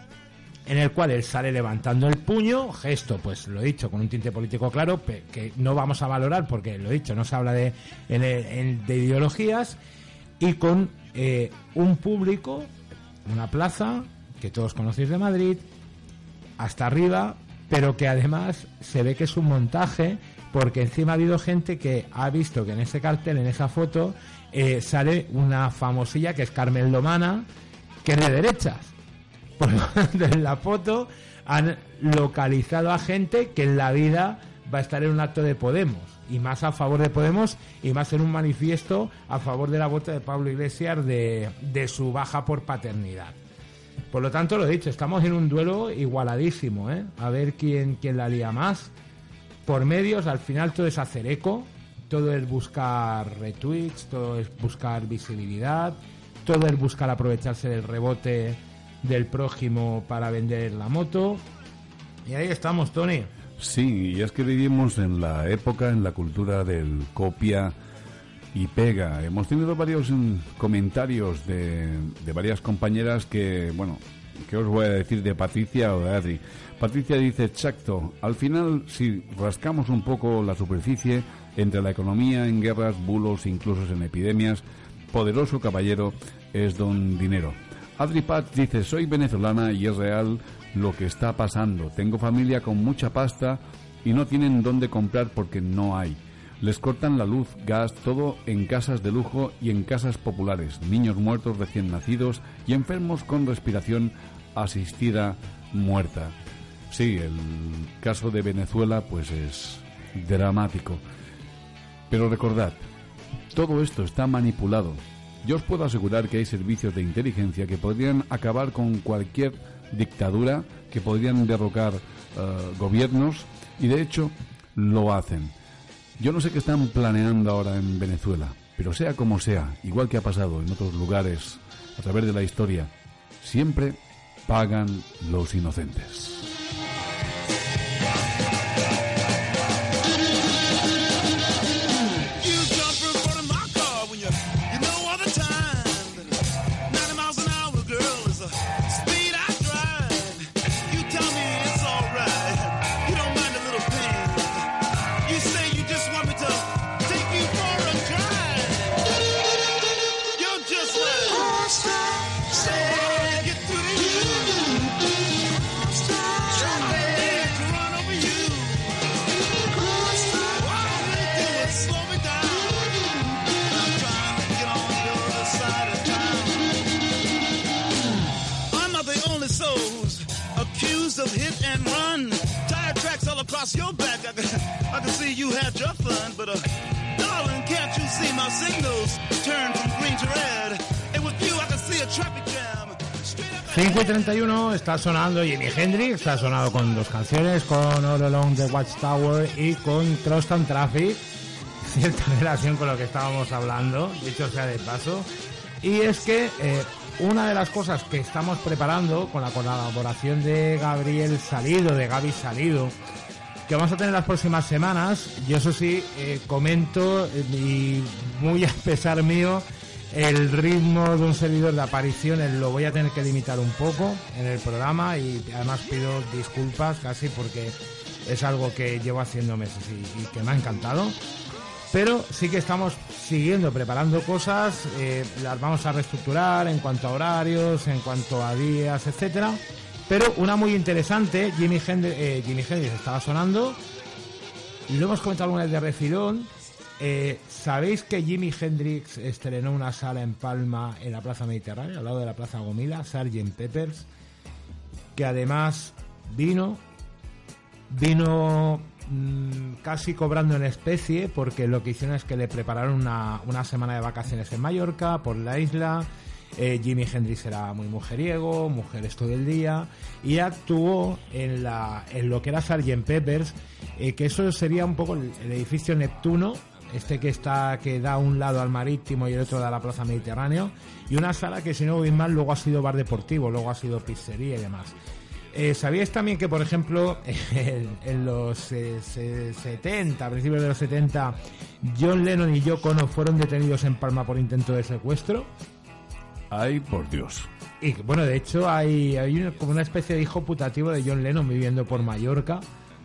en el cual él sale levantando el puño, gesto, pues lo he dicho, con un tinte político claro, que no vamos a valorar porque, lo he dicho, no se habla de, en, en, de ideologías, y con eh, un público, una plaza que todos conocéis de Madrid, hasta arriba, pero que además se ve que es un montaje, porque encima ha habido gente que ha visto que en ese cartel, en esa foto, eh, sale una famosilla que es Carmen Lomana, que es de derechas. Por lo tanto, en la foto han localizado a gente que en la vida va a estar en un acto de Podemos, y más a favor de Podemos, y más en un manifiesto a favor de la voto de Pablo Iglesias de, de su baja por paternidad. Por lo tanto, lo he dicho, estamos en un duelo igualadísimo, ¿eh? A ver quién, quién la lía más. Por medios, al final todo es hacer eco, todo es buscar retweets, todo es buscar visibilidad, todo es buscar aprovecharse del rebote del prójimo para vender la moto. Y ahí estamos, Tony. Sí, y es que vivimos en la época, en la cultura del copia y pega. Hemos tenido varios um, comentarios de, de varias compañeras que, bueno, ¿qué os voy a decir de Patricia o de Adri? Patricia dice, exacto, al final si rascamos un poco la superficie entre la economía en guerras, bulos, incluso en epidemias, poderoso caballero es don dinero. Adri Pat dice, soy venezolana y es real lo que está pasando. Tengo familia con mucha pasta y no tienen dónde comprar porque no hay. Les cortan la luz, gas, todo en casas de lujo y en casas populares. Niños muertos recién nacidos y enfermos con respiración asistida muerta. Sí, el caso de Venezuela pues es dramático. Pero recordad, todo esto está manipulado. Yo os puedo asegurar que hay servicios de inteligencia que podrían acabar con cualquier dictadura, que podrían derrocar uh, gobiernos, y de hecho lo hacen. Yo no sé qué están planeando ahora en Venezuela, pero sea como sea, igual que ha pasado en otros lugares a través de la historia, siempre pagan los inocentes. Of hit and run, tire tracks all across your back. I can, I can see you had your fun, but uh, darling, can't you see my signals turn from green to red? And with you, I can see a traffic jam. cinco y treinta y uno está sonando Jimi Hendrix, ha sonado con dos canciones, con All Along the Watchtower y con Crosstown Traffic. Cierta relación con lo que estábamos hablando, dicho sea de paso. Y es que eh, una de las cosas que estamos preparando con la colaboración de Gabriel Salido, de Gaby Salido, que vamos a tener las próximas semanas, yo eso sí, eh, comento, eh, y muy a pesar mío, el ritmo de un servidor de apariciones lo voy a tener que limitar un poco en el programa, y además pido disculpas casi porque es algo que llevo haciendo meses y, y que me ha encantado. Pero sí que estamos siguiendo preparando cosas, eh, las vamos a reestructurar en cuanto a horarios, en cuanto a días, etcétera. Pero una muy interesante, Jimi Hendrix, eh, Jimi Hendrix estaba sonando, y lo hemos comentado alguna vez de refilón. Eh, ¿Sabéis que Jimi Hendrix estrenó una sala en Palma, en la Plaza Mediterránea, al lado de la Plaza Gomila, sergeant Pepper's, que además vino, vino... casi cobrando en especie, porque lo que hicieron es que le prepararon una, una semana de vacaciones en Mallorca, por la isla. eh, Jimi Hendrix era muy mujeriego, mujeres todo el día, y actuó en, la, en lo que era sergeant Pepper's, eh, que eso sería un poco el, el edificio Neptuno, este que está que da un lado al Marítimo y el otro da a la Plaza Mediterráneo, y una sala que, si no voy mal, luego ha sido bar deportivo, luego ha sido pizzería y demás. Eh, ¿Sabíais también que, por ejemplo, en, en los eh, setenta, a principios de los setenta, John Lennon y Yoko Ono fueron detenidos en Palma por intento de secuestro? Ay, por Dios. Y bueno, de hecho hay, hay una, como una especie de hijo putativo de John Lennon viviendo por Mallorca.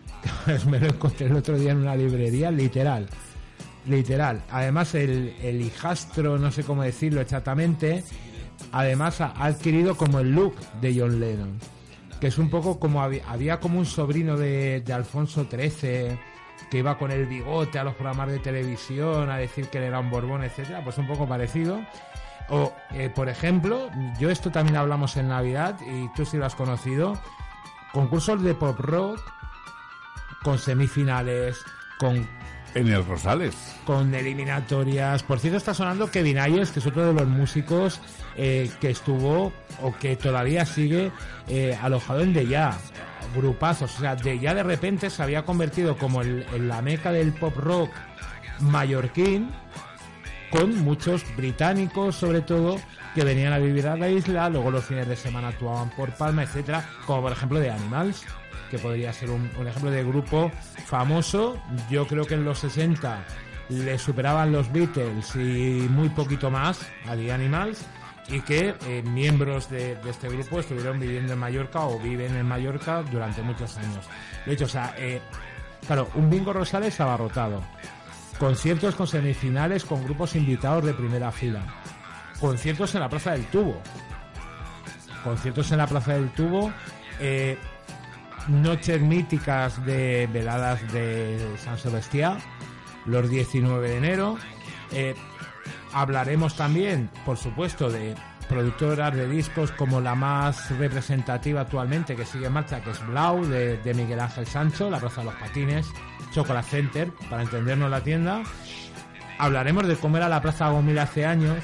Me lo encontré el otro día en una librería, literal. Literal. Además, el, el hijastro, no sé cómo decirlo exactamente, además ha adquirido como el look de John Lennon, que es un poco como había, había como un sobrino de, de Alfonso trece que iba con el bigote a los programas de televisión a decir que él era un Borbón, etcétera, pues un poco parecido. O, eh, por ejemplo, yo esto también hablamos en Navidad y tú sí lo has conocido, concursos de pop rock con semifinales, con... En el Rosales. Con eliminatorias. Por cierto, está sonando Kevin Ayers, que es otro de los músicos eh, que estuvo o que todavía sigue eh, alojado en The Ya. Grupazos. O sea, The Ya de repente se había convertido como el, en la meca del pop rock mallorquín, con muchos británicos, sobre todo, que venían a vivir a la isla, luego los fines de semana actuaban por Palma, etcétera, como por ejemplo The Animals, que podría ser un, un ejemplo de grupo famoso. Yo creo que en los sesenta le superaban los Beatles y muy poquito más a The Animals, y que eh, miembros de, de este grupo estuvieron viviendo en Mallorca o viven en Mallorca durante muchos años. De hecho, o sea, eh, claro, un Bingo Rosales abarrotado, conciertos con semifinales con grupos invitados de primera fila, conciertos en la Plaza del Tubo, conciertos en la Plaza del Tubo Eh, noches míticas de veladas de San Sebastián, los diecinueve de enero. Eh, hablaremos también, por supuesto, de productoras de discos como la más representativa actualmente que sigue en marcha, que es Blau, de, de Miguel Ángel Sancho, La Plaza de los Patines, Chocolate Center, para entendernos la tienda. Hablaremos de cómo era la Plaza Gomila hace años.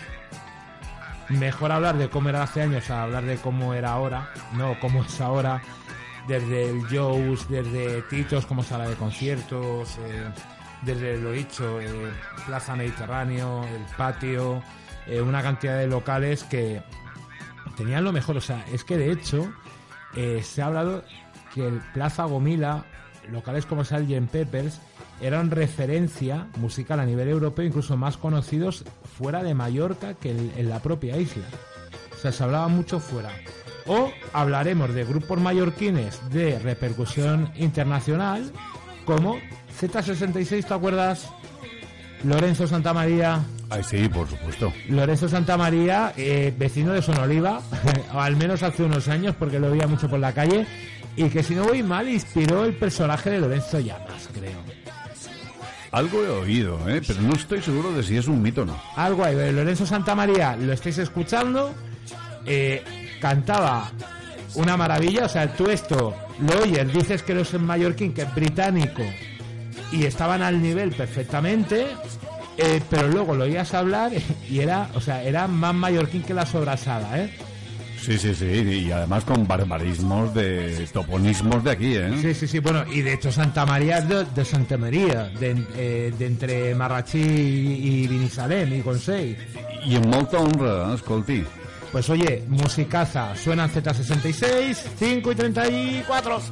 Mejor hablar de cómo era hace años a hablar de cómo era ahora, no cómo es ahora, desde el Joe's, desde Titos como sala de conciertos, eh, desde lo dicho, eh, Plaza Mediterráneo, el patio, eh, una cantidad de locales que tenían lo mejor. O sea, es que de hecho eh, se ha hablado que el Plaza Gomila, locales como Sergeant Peppers, eran referencia musical a nivel europeo, incluso más conocidos fuera de Mallorca que en, en la propia isla. O sea, se hablaba mucho fuera. O hablaremos de grupos mallorquines de repercusión internacional, como Z sesenta y seis, ¿te acuerdas? Lorenzo Santamaría. Ay, sí, por supuesto. Lorenzo Santamaría, eh, vecino de Sonoliva, o al menos hace unos años, porque lo veía mucho por la calle, y que si no voy mal, inspiró el personaje de Lorenzo Llamas, creo. Algo he oído, ¿eh? Pero no estoy seguro de si es un mito o no. Algo hay. Lorenzo Santamaría, lo estáis escuchando, eh, cantaba una maravilla. O sea, tú esto lo oyes, dices que no es en mallorquín, que es británico, y estaban al nivel perfectamente, eh, pero luego lo oías hablar y era, o sea, era más mallorquín que la sobrasada, ¿eh? Sí, sí, sí, y además con barbarismos de toponismos de aquí, ¿eh? Sí, sí, sí, bueno, y de hecho Santa María es de, de Santa María, de, eh, de entre Marrachí y Binissalem y Consell. I amb molta honra, escolti. Pues oye, musicaza, suenan Z sesenta y seis, cinco y treinta y cuatro.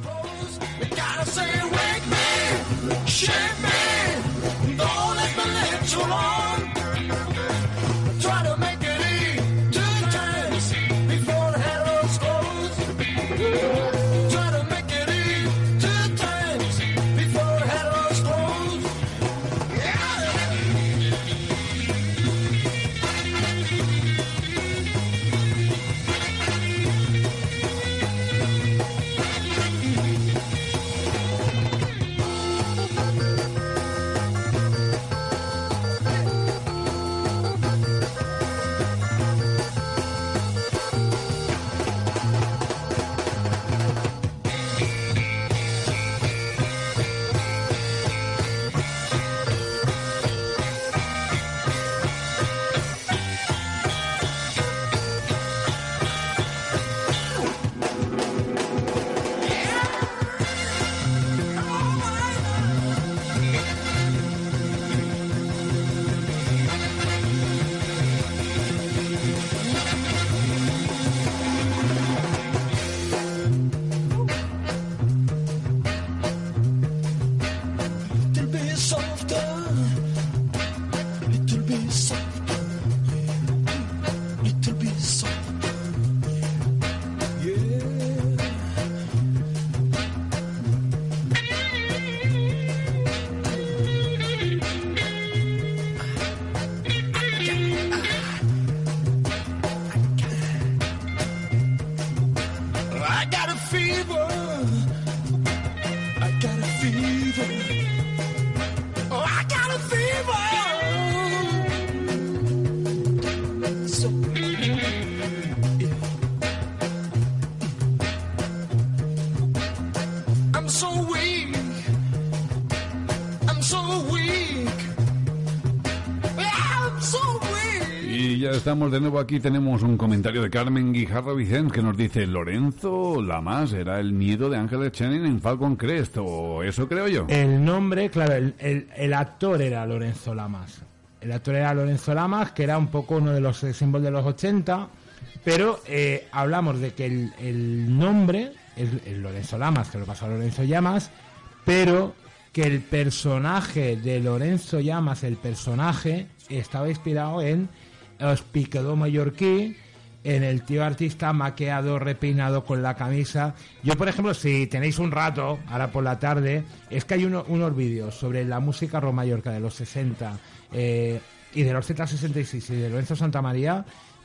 Estamos de nuevo aquí, tenemos un comentario de Carmen Guijarro Vicens que nos dice: Lorenzo Lamas era el miedo de Ángeles Channing en Falcon Crest, o eso creo yo. El nombre, claro, el, el, el actor era Lorenzo Lamas. El actor era Lorenzo Lamas, que era un poco uno de los símbolos de los ochenta, pero eh, hablamos de que el, el nombre es el Lorenzo Lamas, que lo pasó a Lorenzo Llamas, pero que el personaje de Lorenzo Llamas, el personaje, estaba inspirado en el picador mallorquí, en el tío artista maqueado, repeinado con la camisa. Yo, por ejemplo, si tenéis un rato, ahora por la tarde, es que hay uno, unos vídeos sobre la música rock mallorca de los sesenta eh, y de los Z sesenta y seis y de Lorenzo Santamaría,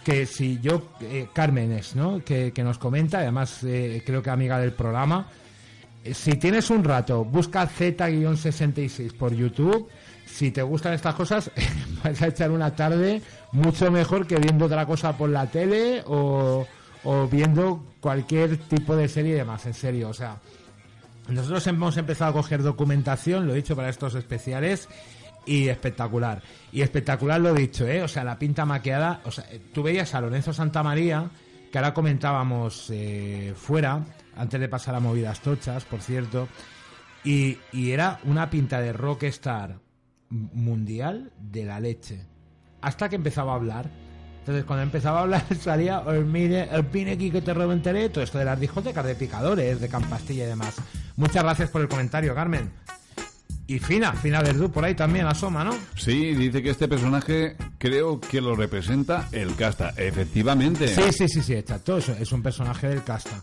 que si yo, eh, Carmen es, ¿no? Que, que nos comenta, además eh, creo que amiga del programa, eh, si tienes un rato, busca Z sesenta y seis por YouTube, si te gustan estas cosas, vas a echar una tarde mucho mejor que viendo otra cosa por la tele o, o viendo cualquier tipo de serie y demás, en serio, o sea, nosotros hemos empezado a coger documentación, lo he dicho, para estos especiales, y espectacular, y espectacular lo dicho, ¿eh? O sea, la pinta maqueada, o sea, tú veías a Lorenzo Santamaría, que ahora comentábamos eh, fuera, antes de pasar a Movidas Tochas, por cierto, y, y era una pinta de rockstar mundial de la leche, hasta que empezaba a hablar. Entonces, cuando empezaba a hablar, salía el mire, el pine aquí que te reventaré, todo esto de las discotecas de picadores, de Campastilla y demás. Muchas gracias por el comentario, Carmen. Y Fina, Fina Verdú, por ahí también asoma, ¿no? Sí, dice que este personaje creo que lo representa el Casta. Efectivamente. Sí, sí, sí, sí, exacto. Es, es un personaje del Casta.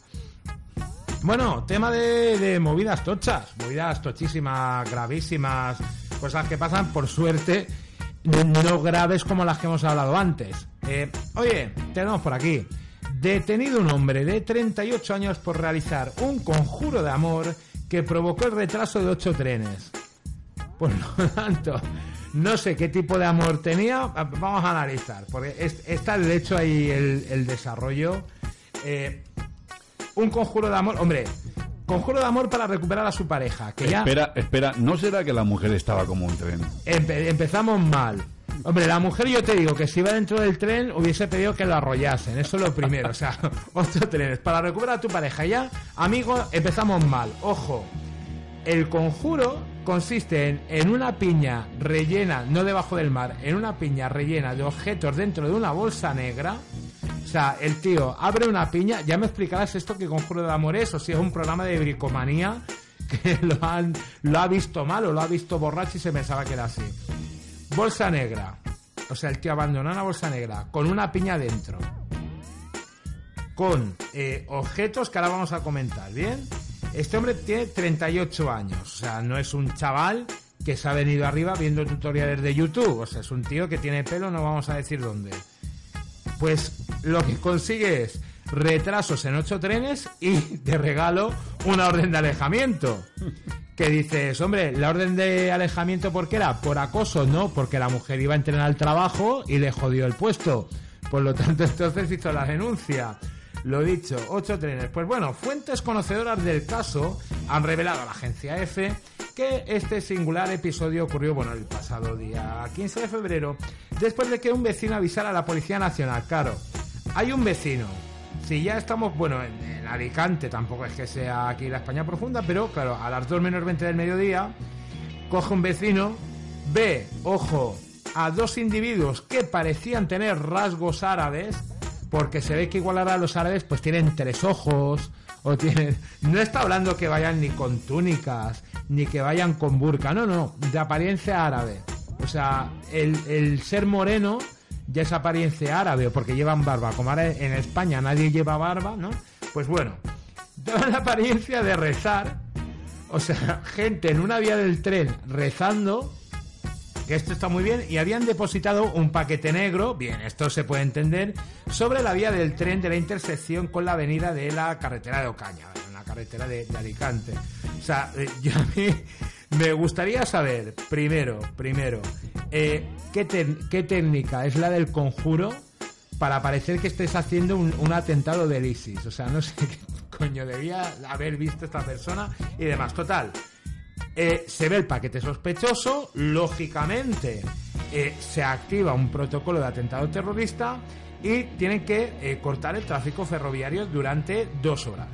Bueno, tema de, de movidas tochas. Movidas tochísimas, gravísimas. Cosas que pasan, por suerte, no graves como las que hemos hablado antes. Eh, oye, tenemos por aquí. Detenido un hombre de treinta y ocho años por realizar un conjuro de amor que provocó el retraso de ocho trenes. Por lo tanto, no sé qué tipo de amor tenía. Vamos a analizar, porque es, está de hecho ahí el, el desarrollo. Eh, un conjuro de amor, hombre, conjuro de amor para recuperar a su pareja. Que ya espera, espera, ¿no será que la mujer estaba como un tren? Empe- empezamos mal. Hombre, la mujer, yo te digo que si iba dentro del tren hubiese pedido que lo arrollasen. Eso es lo primero. O sea, ocho trenes para recuperar a tu pareja. Ya, amigo, empezamos mal. Ojo, el conjuro consiste en, en una piña rellena, no debajo del mar, en una piña rellena de objetos dentro de una bolsa negra. O sea, el tío abre una piña. Ya me explicarás esto, qué conjuro de amor es, o si es un programa de bricomanía que lo, han, lo ha visto mal o lo ha visto borracho y se pensaba que era así. Bolsa negra. O sea, el tío abandona una bolsa negra con una piña dentro, con eh, objetos que ahora vamos a comentar, ¿bien? Este hombre tiene treinta y ocho años. O sea, no es un chaval que se ha venido arriba viendo tutoriales de YouTube. O sea, es un tío que tiene pelo, no vamos a decir dónde. Pues lo que consigue es retrasos en ocho trenes y de regalo una orden de alejamiento. Que dices, hombre, la orden de alejamiento, ¿por qué era? Por acoso, no, porque la mujer iba a entrenar al trabajo y le jodió el puesto. Por lo tanto, entonces hizo la denuncia. Lo dicho, ocho trenes. Pues bueno, fuentes conocedoras del caso han revelado a la agencia F que este singular episodio ocurrió, bueno, el pasado día quince de febrero, después de que un vecino avisara a la Policía Nacional. Claro, hay un vecino. Si ya estamos, bueno, en, en Alicante, tampoco es que sea aquí la España profunda, pero claro, a las dos menos veinte del mediodía, coge un vecino, ve, ojo, a dos individuos que parecían tener rasgos árabes, porque se ve que igual ahora los árabes pues tienen tres ojos, o tienen... No está hablando que vayan ni con túnicas, ni que vayan con burka, no, no, de apariencia árabe. O sea, el, el ser moreno ya es apariencia árabe, porque llevan barba. Como ahora en España nadie lleva barba, ¿no? Pues bueno, daban la apariencia de rezar. O sea, gente en una vía del tren rezando, que esto está muy bien, y habían depositado un paquete negro, bien, esto se puede entender, sobre la vía del tren de la intersección con la avenida de la carretera de Ocaña, la carretera de, de Alicante. O sea, yo a mí me gustaría saber, primero, primero, eh, ¿qué, te, qué técnica es la del conjuro para parecer que estés haciendo un, un atentado del ISIS? O sea, no sé qué coño debía haber visto esta persona y demás. Total, eh, se ve el paquete sospechoso, lógicamente eh, se activa un protocolo de atentado terrorista y tienen que eh, cortar el tráfico ferroviario durante dos horas.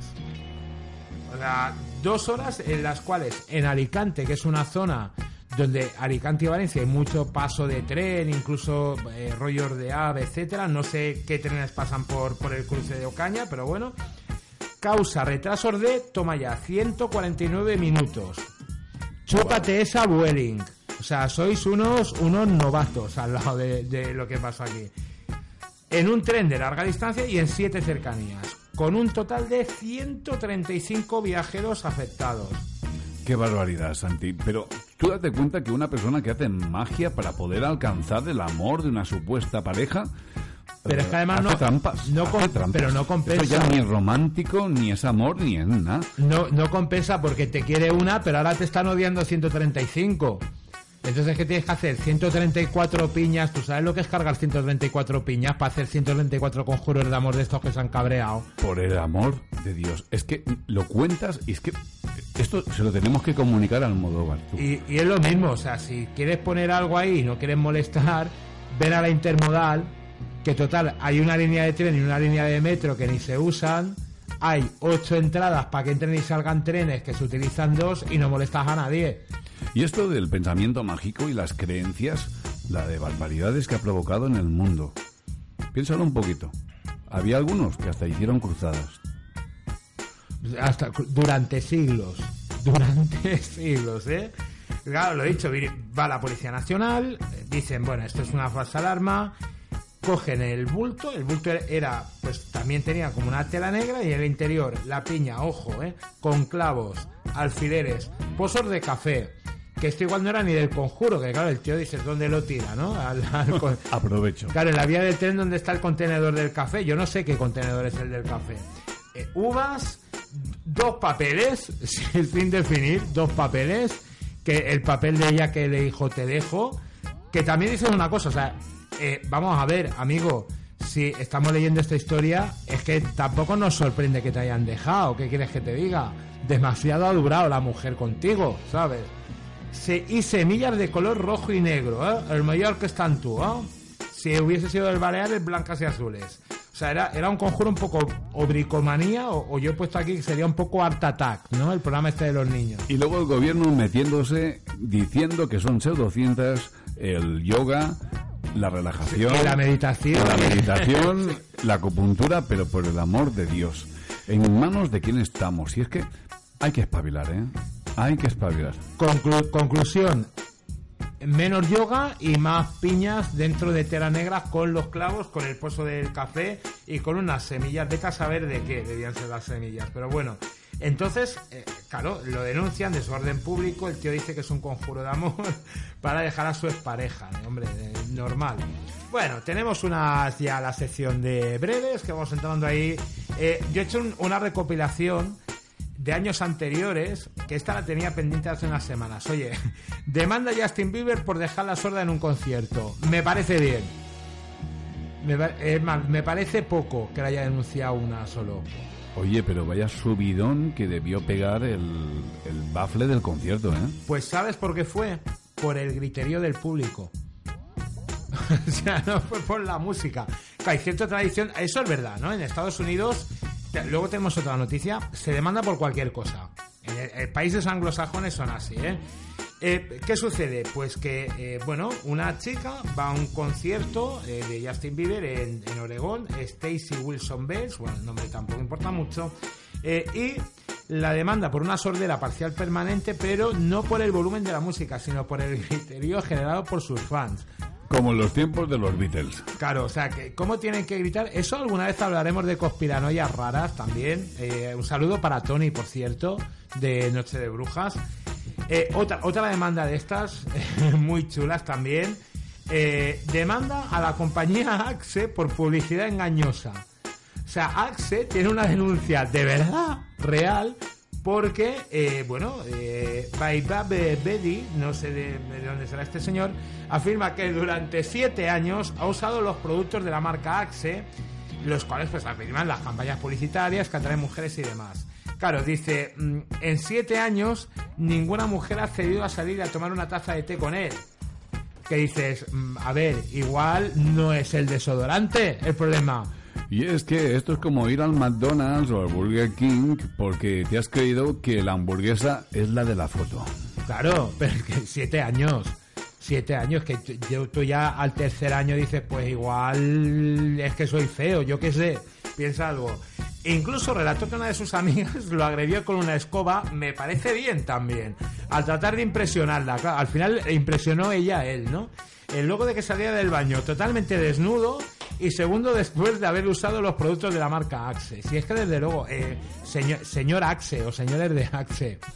O sea, dos horas en las cuales en Alicante, que es una zona donde Alicante y Valencia hay mucho paso de tren, incluso eh, rollos de AVE, etcétera. No sé qué trenes pasan por, por el cruce de Ocaña, pero bueno, causa retrasos de, toma ya, ciento cuarenta y nueve minutos. Chúpate esa Vueling. O sea, sois unos, unos novatos al lado de, de lo que pasó aquí. En un tren de larga distancia y en siete cercanías, con un total de ciento treinta y cinco viajeros afectados. Qué barbaridad, Santi. Pero tú date cuenta que una persona que hace magia para poder alcanzar el amor de una supuesta pareja, Pero es que además hace no, trampas, no hace com- trampas. pero no compensa. Eso ya ni es romántico, ni es amor, ni es nada. No, no compensa porque te quiere una, pero ahora te están odiando ciento treinta y cinco. Entonces, ¿qué tienes que hacer? ciento treinta y cuatro piñas. ¿Tú sabes lo que es cargar ciento treinta y cuatro piñas para hacer ciento treinta y cuatro conjuros de amor de estos que se han cabreado? Por el amor de Dios. Es que lo cuentas y es que esto se lo tenemos que comunicar al Almodóvar. tú. Y, y es lo mismo, o sea, si quieres poner algo ahí y no quieres molestar, ven a la intermodal, que total, hay una línea de tren y una línea de metro que ni se usan, hay ocho entradas para que entren y salgan trenes que se utilizan dos y no molestas a nadie. Y esto del pensamiento mágico y las creencias, la de barbaridades que ha provocado en el mundo. Piénsalo un poquito. Había algunos que hasta hicieron cruzadas. Hasta durante siglos, durante siglos, ¿eh? Claro, lo he dicho, va la Policía Nacional, dicen, bueno, esto es una falsa alarma, cogen el bulto, el bulto era, pues también tenía como una tela negra y en el interior la piña, ojo, ¿eh? Con clavos, alfileres, pozos de café, que esto igual no era ni del conjuro, que claro, el tío dice, ¿dónde lo tira, no? Al, al con... Aprovecho. Claro, en la vía del tren donde está el contenedor del café, yo no sé qué contenedor es el del café. Eh, uvas, dos papeles, sin definir, dos papeles, que el papel de ella que le dijo te dejo, que también dice una cosa, o sea, eh, vamos a ver, amigo, si estamos leyendo esta historia, es que tampoco nos sorprende que te hayan dejado, ¿qué quieres que te diga? Demasiado ha durado la mujer contigo, ¿sabes? Se, y semillas de color rojo y negro, ¿eh? El mayor que están tú, ¿eh? Si hubiese sido del Baleares, blancas y azules. O sea, era, era un conjuro un poco o bricomanía, o, o yo he puesto aquí que sería un poco Art Attack, ¿no? El programa este de los niños. Y luego el gobierno metiéndose, diciendo que son pseudociencias, el yoga, la relajación, Y la meditación. la meditación, la acupuntura, pero por el amor de Dios. ¿En manos de quién estamos? Y es que hay que espabilar, ¿eh? Hay que espabilar. Conclu- conclusión, menos yoga y más piñas dentro de tela negra con los clavos, con el pozo del café y con unas semillas. Vete a saber de qué debían ser las semillas, pero bueno. Entonces, eh, claro, lo denuncian, desorden público, el tío dice que es un conjuro de amor para dejar a su expareja, ¿eh? Hombre, eh, normal. Bueno, tenemos una, ya la sección de breves que vamos entrando ahí. Eh, yo he hecho un, una recopilación de años anteriores, que esta la tenía pendiente hace unas semanas. Oye, demanda a Justin Bieber por dejarla sorda en un concierto. Me parece bien. Me, eh, me parece poco que la haya denunciado una solo. Oye, pero vaya subidón que debió pegar el, el bafle del concierto, ¿eh? Pues ¿sabes por qué fue? Por el griterío del público. O sea, no fue por la música. Que hay cierta tradición, eso es verdad, ¿no? En Estados Unidos, luego tenemos otra noticia, se demanda por cualquier cosa. En el, el países anglosajones son así, ¿eh? Eh, ¿Qué sucede? Pues que, eh, bueno, una chica va a un concierto eh, de Justin Bieber en, en Oregón, Stacy Wilson Bells, bueno, el nombre tampoco importa mucho, eh, y la demanda por una sordera parcial permanente, pero no por el volumen de la música, sino por el griterío generado por sus fans. Como en los tiempos de los Beatles. Claro, o sea, que ¿cómo tienen que gritar? Eso alguna vez hablaremos de conspiranoias raras también. Eh, un saludo para Tony, por cierto, de Noche de Brujas. Eh, otra, otra demanda de estas, eh, muy chulas también. Eh, demanda a la compañía Axe por publicidad engañosa. O sea, Axe tiene una denuncia de verdad, real, porque, eh, bueno, eh, Baibabe Bedi, no sé de, de dónde será este señor, afirma que durante siete años ha usado los productos de la marca Axe, los cuales pues afirman las campañas publicitarias que atraen mujeres y demás. Claro, dice, en siete años ninguna mujer ha accedido a salir a tomar una taza de té con él. Que dices, a ver, igual no es el desodorante el problema. Y es que esto es como ir al McDonald's o al Burger King porque te has creído que la hamburguesa es la de la foto. Claro, pero es que siete años, siete años, que tú, tú ya al tercer año dices, pues igual es que soy feo, yo qué sé, piensa algo. Incluso relató que una de sus amigas lo agredió con una escoba, me parece bien también, al tratar de impresionarla. Claro, al final impresionó ella a él, ¿no? El luego de que salía del baño totalmente desnudo y segundo después de haber usado los productos de la marca Axe. Si es que desde luego, eh, señor, señor Axe o señores de Axe,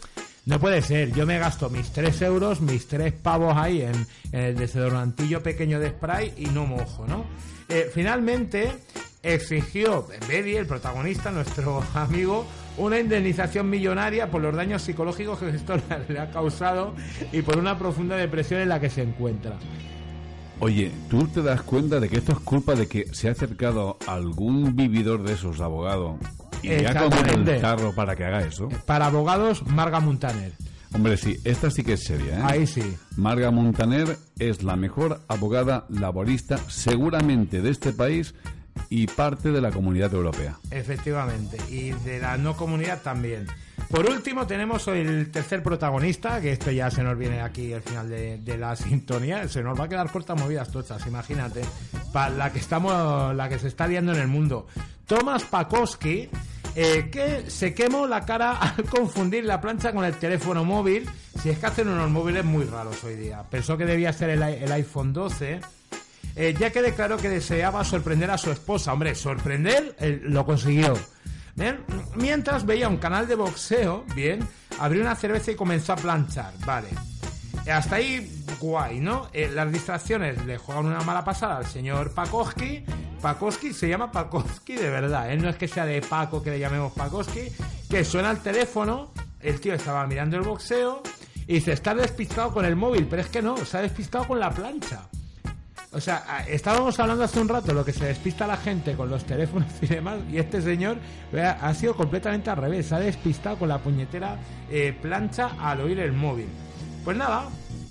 No puede ser, yo me gasto mis tres euros, mis tres pavos ahí en, en el desodorantillo pequeño de spray y no mojo, ¿no? Eh, finalmente exigió Bedi, el protagonista, nuestro amigo, una indemnización millonaria por los daños psicológicos que esto le ha causado y por una profunda depresión en la que se encuentra. Oye, ¿tú te das cuenta de que esto es culpa de que se ha acercado algún vividor de esos abogados y le ha comido el carro para que haga eso? Para abogados, Marga Montaner. Hombre, sí, esta sí que es seria, ¿eh? Ahí sí. Marga Montaner es la mejor abogada laborista seguramente de este país y parte de la Comunidad Europea. Efectivamente, y de la no comunidad también. Por último tenemos hoy el tercer protagonista, que esto ya se nos viene aquí al final de, de la sintonía, se nos va a quedar cortas movidas tochas, imagínate, para la que estamos, la que se está liando en el mundo. Tomás Pakowski, eh, que se quemó la cara al confundir la plancha con el teléfono móvil, si es que hacen unos móviles muy raros hoy día. Pensó que debía ser el, el iPhone doce, eh, ya que declaró que deseaba sorprender a su esposa. Hombre, sorprender, eh, lo consiguió. Bien, mientras veía un canal de boxeo, bien, abrió una cerveza y comenzó a planchar, vale. Hasta ahí, guay, ¿no? Eh, las distracciones le juegan una mala pasada al señor Pakowski. Pakowski se llama Pakowski de verdad, ¿eh? No es que sea de Paco que le llamemos Pakowski, que suena el teléfono, el tío estaba mirando el boxeo y se está despistado con el móvil, pero es que no, se ha despistado con la plancha. O sea, estábamos hablando hace un rato lo que se despista la gente con los teléfonos y demás, y este señor ha sido completamente al revés, se ha despistado con la puñetera eh, plancha al oír el móvil. Pues nada,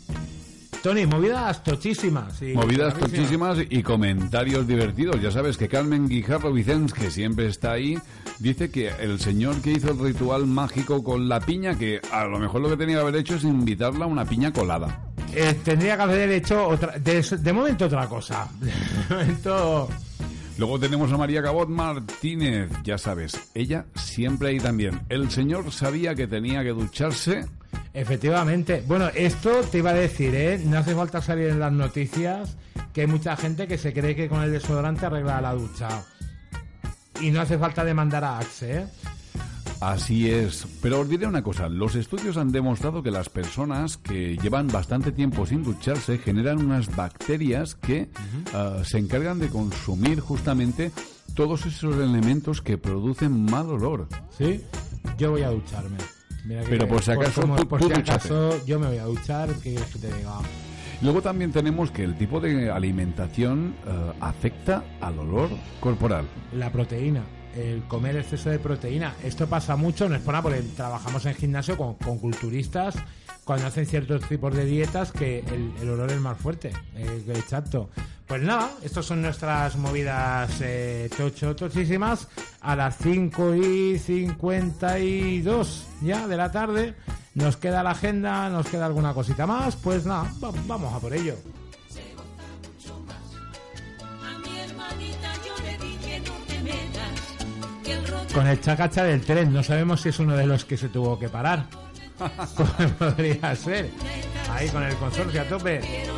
Tony, movidas tochísimas. Y movidas tochísimas y comentarios divertidos. Ya sabes que Carmen Guijarro Vicens, que siempre está ahí, dice que el señor que hizo el ritual mágico con la piña, que a lo mejor lo que tenía que haber hecho es invitarla a una piña colada. Eh, tendría que haber hecho otra, de, de momento otra cosa. De momento... Luego tenemos a María Cabot Martínez, ya sabes, ella siempre ahí también. El señor sabía que tenía que ducharse. Efectivamente. Bueno, esto te iba a decir, ¿eh? No hace falta salir en las noticias que hay mucha gente que se cree que con el desodorante arregla la ducha. Y no hace falta demandar a Axe, ¿eh? Así es, pero os diré una cosa, los estudios han demostrado que las personas que llevan bastante tiempo sin ducharse generan unas bacterias que uh-huh. uh, se encargan de consumir justamente todos esos elementos que producen mal olor. Sí, yo voy a ducharme. Mira que pero por si acaso, por, como, tú, por tú si acaso yo me voy a duchar, ¿qué quieres que te diga? Luego también tenemos que el tipo de alimentación uh, afecta al olor corporal. La proteína. El comer exceso de proteína. Esto pasa mucho, no es por nada, porque trabajamos en gimnasio con, con culturistas cuando hacen ciertos tipos de dietas que el, el olor es más fuerte. Eh, exacto. Pues nada, estas son nuestras movidas eh, tocho, tochísimas. A las cinco y cincuenta y dos ya de la tarde nos queda la agenda, nos queda alguna cosita más. Pues nada, va, vamos a por ello. Con el chacacha del tren, no sabemos si es uno de los que se tuvo que parar. Podría ser. Ahí con el consorcio a tope.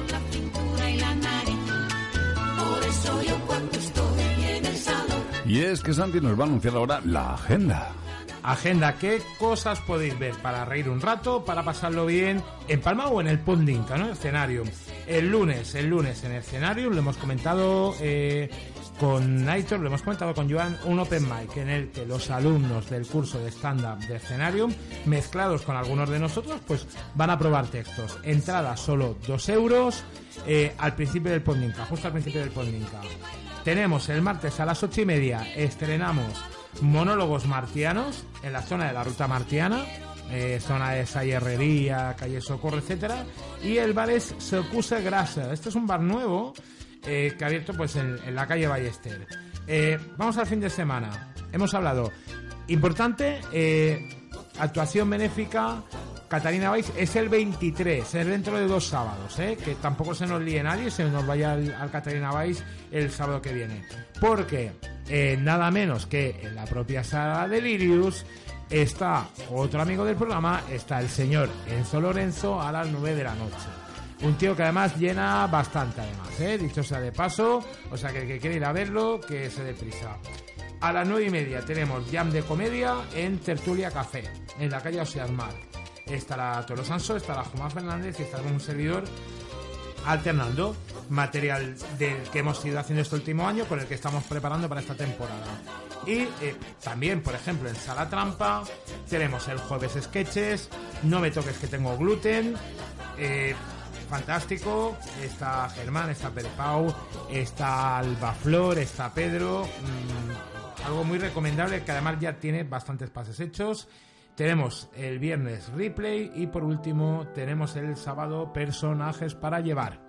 Y es que Santi nos va a anunciar ahora la agenda. Agenda, ¿qué cosas podéis ver para reír un rato, para pasarlo bien en Palma o en el Pondinca, ¿no? Escenario. El lunes, el lunes en el escenario, lo hemos comentado eh, con Aitor, lo hemos comentado con Joan, un open mic en el que los alumnos del curso de stand-up de escenario, mezclados con algunos de nosotros, pues van a probar textos. Entrada solo dos euros eh, al principio del Pondinca, justo al principio del Pondinca. Tenemos el martes a las ocho y media, estrenamos Monólogos Martianos en la zona de la Ruta Martiana, eh, zona de Sayerrería, calle Socorro, etcétera, y el bar es Secuse Grasa. Este es un bar nuevo eh, que ha abierto pues en, en la calle Ballester. Eh, vamos al fin de semana. Hemos hablado importante, eh, actuación benéfica. Catarina Valls es el veintitrés, es dentro de dos sábados, ¿eh? Que tampoco se nos líe nadie, se nos vaya al, al Catarina Valls el sábado que viene. Porque eh, nada menos que en la propia sala de Lirius está otro amigo del programa, está el señor Enzo Lorenzo a las nueve de la noche. Un tío que además llena bastante, además, ¿eh? Dicho sea de paso, o sea que el que quiere ir a verlo, que se dé prisa. A las nueve y media tenemos Jam de Comedia en Tertulia Café, en la calle Osiasmar. estará Tolo Sanso, estará Juan Fernández y estará un servidor alternando material del que hemos ido haciendo este último año con el que estamos preparando para esta temporada. Y eh, también, por ejemplo, en Sala Trampa tenemos el jueves sketches, No me toques que tengo gluten, eh, fantástico, está Germán, está Pere Pau, está Alba Flor, está Pedro, mmm, algo muy recomendable que además ya tiene bastantes pases hechos. Tenemos el viernes replay y por último tenemos el sábado personajes para llevar.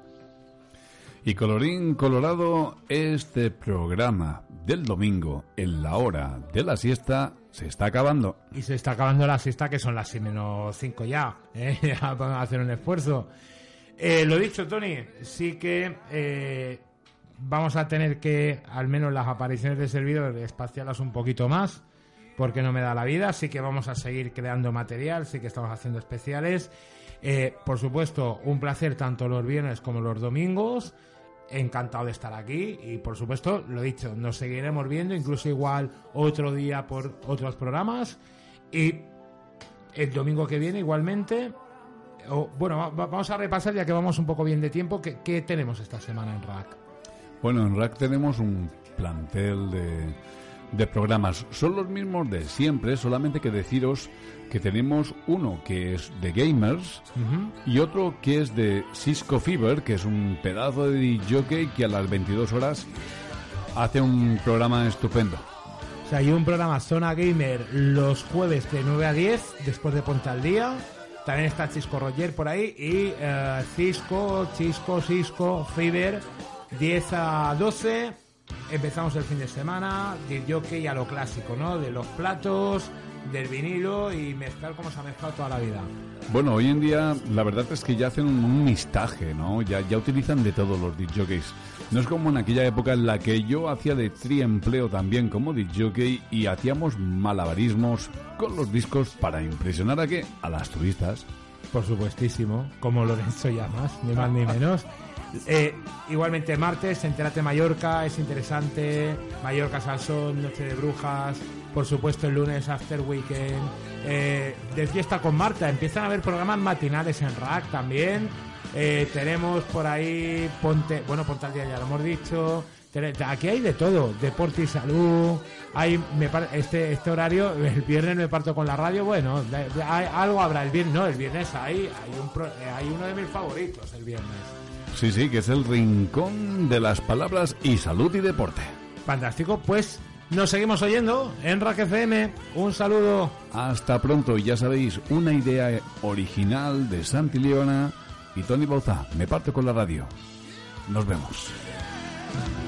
Y colorín colorado, este programa del domingo en la hora de la siesta se está acabando. Y se está acabando la siesta, que son las seis menos cinco ya, ¿eh? Ya van a hacer un esfuerzo. Eh, lo dicho, Tony, sí que eh, vamos a tener que, al menos las apariciones de servidor, espaciarlas un poquito más, porque no me da la vida. Sí que vamos a seguir creando material, sí que estamos haciendo especiales. Eh, por supuesto, un placer tanto los viernes como los domingos. Encantado de estar aquí y, por supuesto, lo dicho, nos seguiremos viendo, incluso igual otro día por otros programas. Y el domingo que viene, igualmente. O, bueno, va, vamos a repasar, ya que vamos un poco bien de tiempo, ¿qué, qué tenemos esta semana en R A C? Bueno, en R A C tenemos un plantel de, de programas. Son los mismos de siempre, solamente que deciros que tenemos uno que es de gamers uh-huh. y otro que es de Cisco Fever, que es un pedazo de D J que a las veintidós horas hace un programa estupendo. O sea, hay un programa Zona Gamer los jueves de nueve a diez, después de Ponte al Día. También está Cisco Roger por ahí y uh, Cisco, Cisco, Cisco Fever, diez a doce. Empezamos el fin de semana, D J a lo clásico, ¿no? De los platos, del vinilo y mezclar como se ha mezclado toda la vida. Bueno, hoy en día la verdad es que ya hacen un, un mistaje, ¿no? Ya, ya utilizan de todos los D Js. No es como en aquella época en la que yo hacía de triempleo también como D J y hacíamos malabarismos con los discos para impresionar a qué? A las turistas. Por supuestísimo, como Lorenzo Llamas, ni más ni menos. Eh, igualmente martes, Entérate Mallorca, es interesante. Mallorca Salsón, Noche de Brujas. Por supuesto el lunes After Weekend, eh, de fiesta con Marta. Empiezan a haber programas matinales en R A C también. Eh, tenemos por ahí Ponte, bueno, Ponte al Día ya lo hemos dicho. Aquí hay de todo, deporte y salud. Hay, me, este, este horario, el viernes me parto con la radio. Bueno, de, de, hay, algo habrá el viernes. No, el viernes hay, hay, un pro, hay uno de mis favoritos el viernes. Sí, sí, que es el rincón de las palabras y salud y deporte. Fantástico, pues nos seguimos oyendo en R A C F M. Un saludo. Hasta pronto. Y ya sabéis, una idea original de Santi Leona y Tony Bauza. Me parto con la radio. Nos vemos.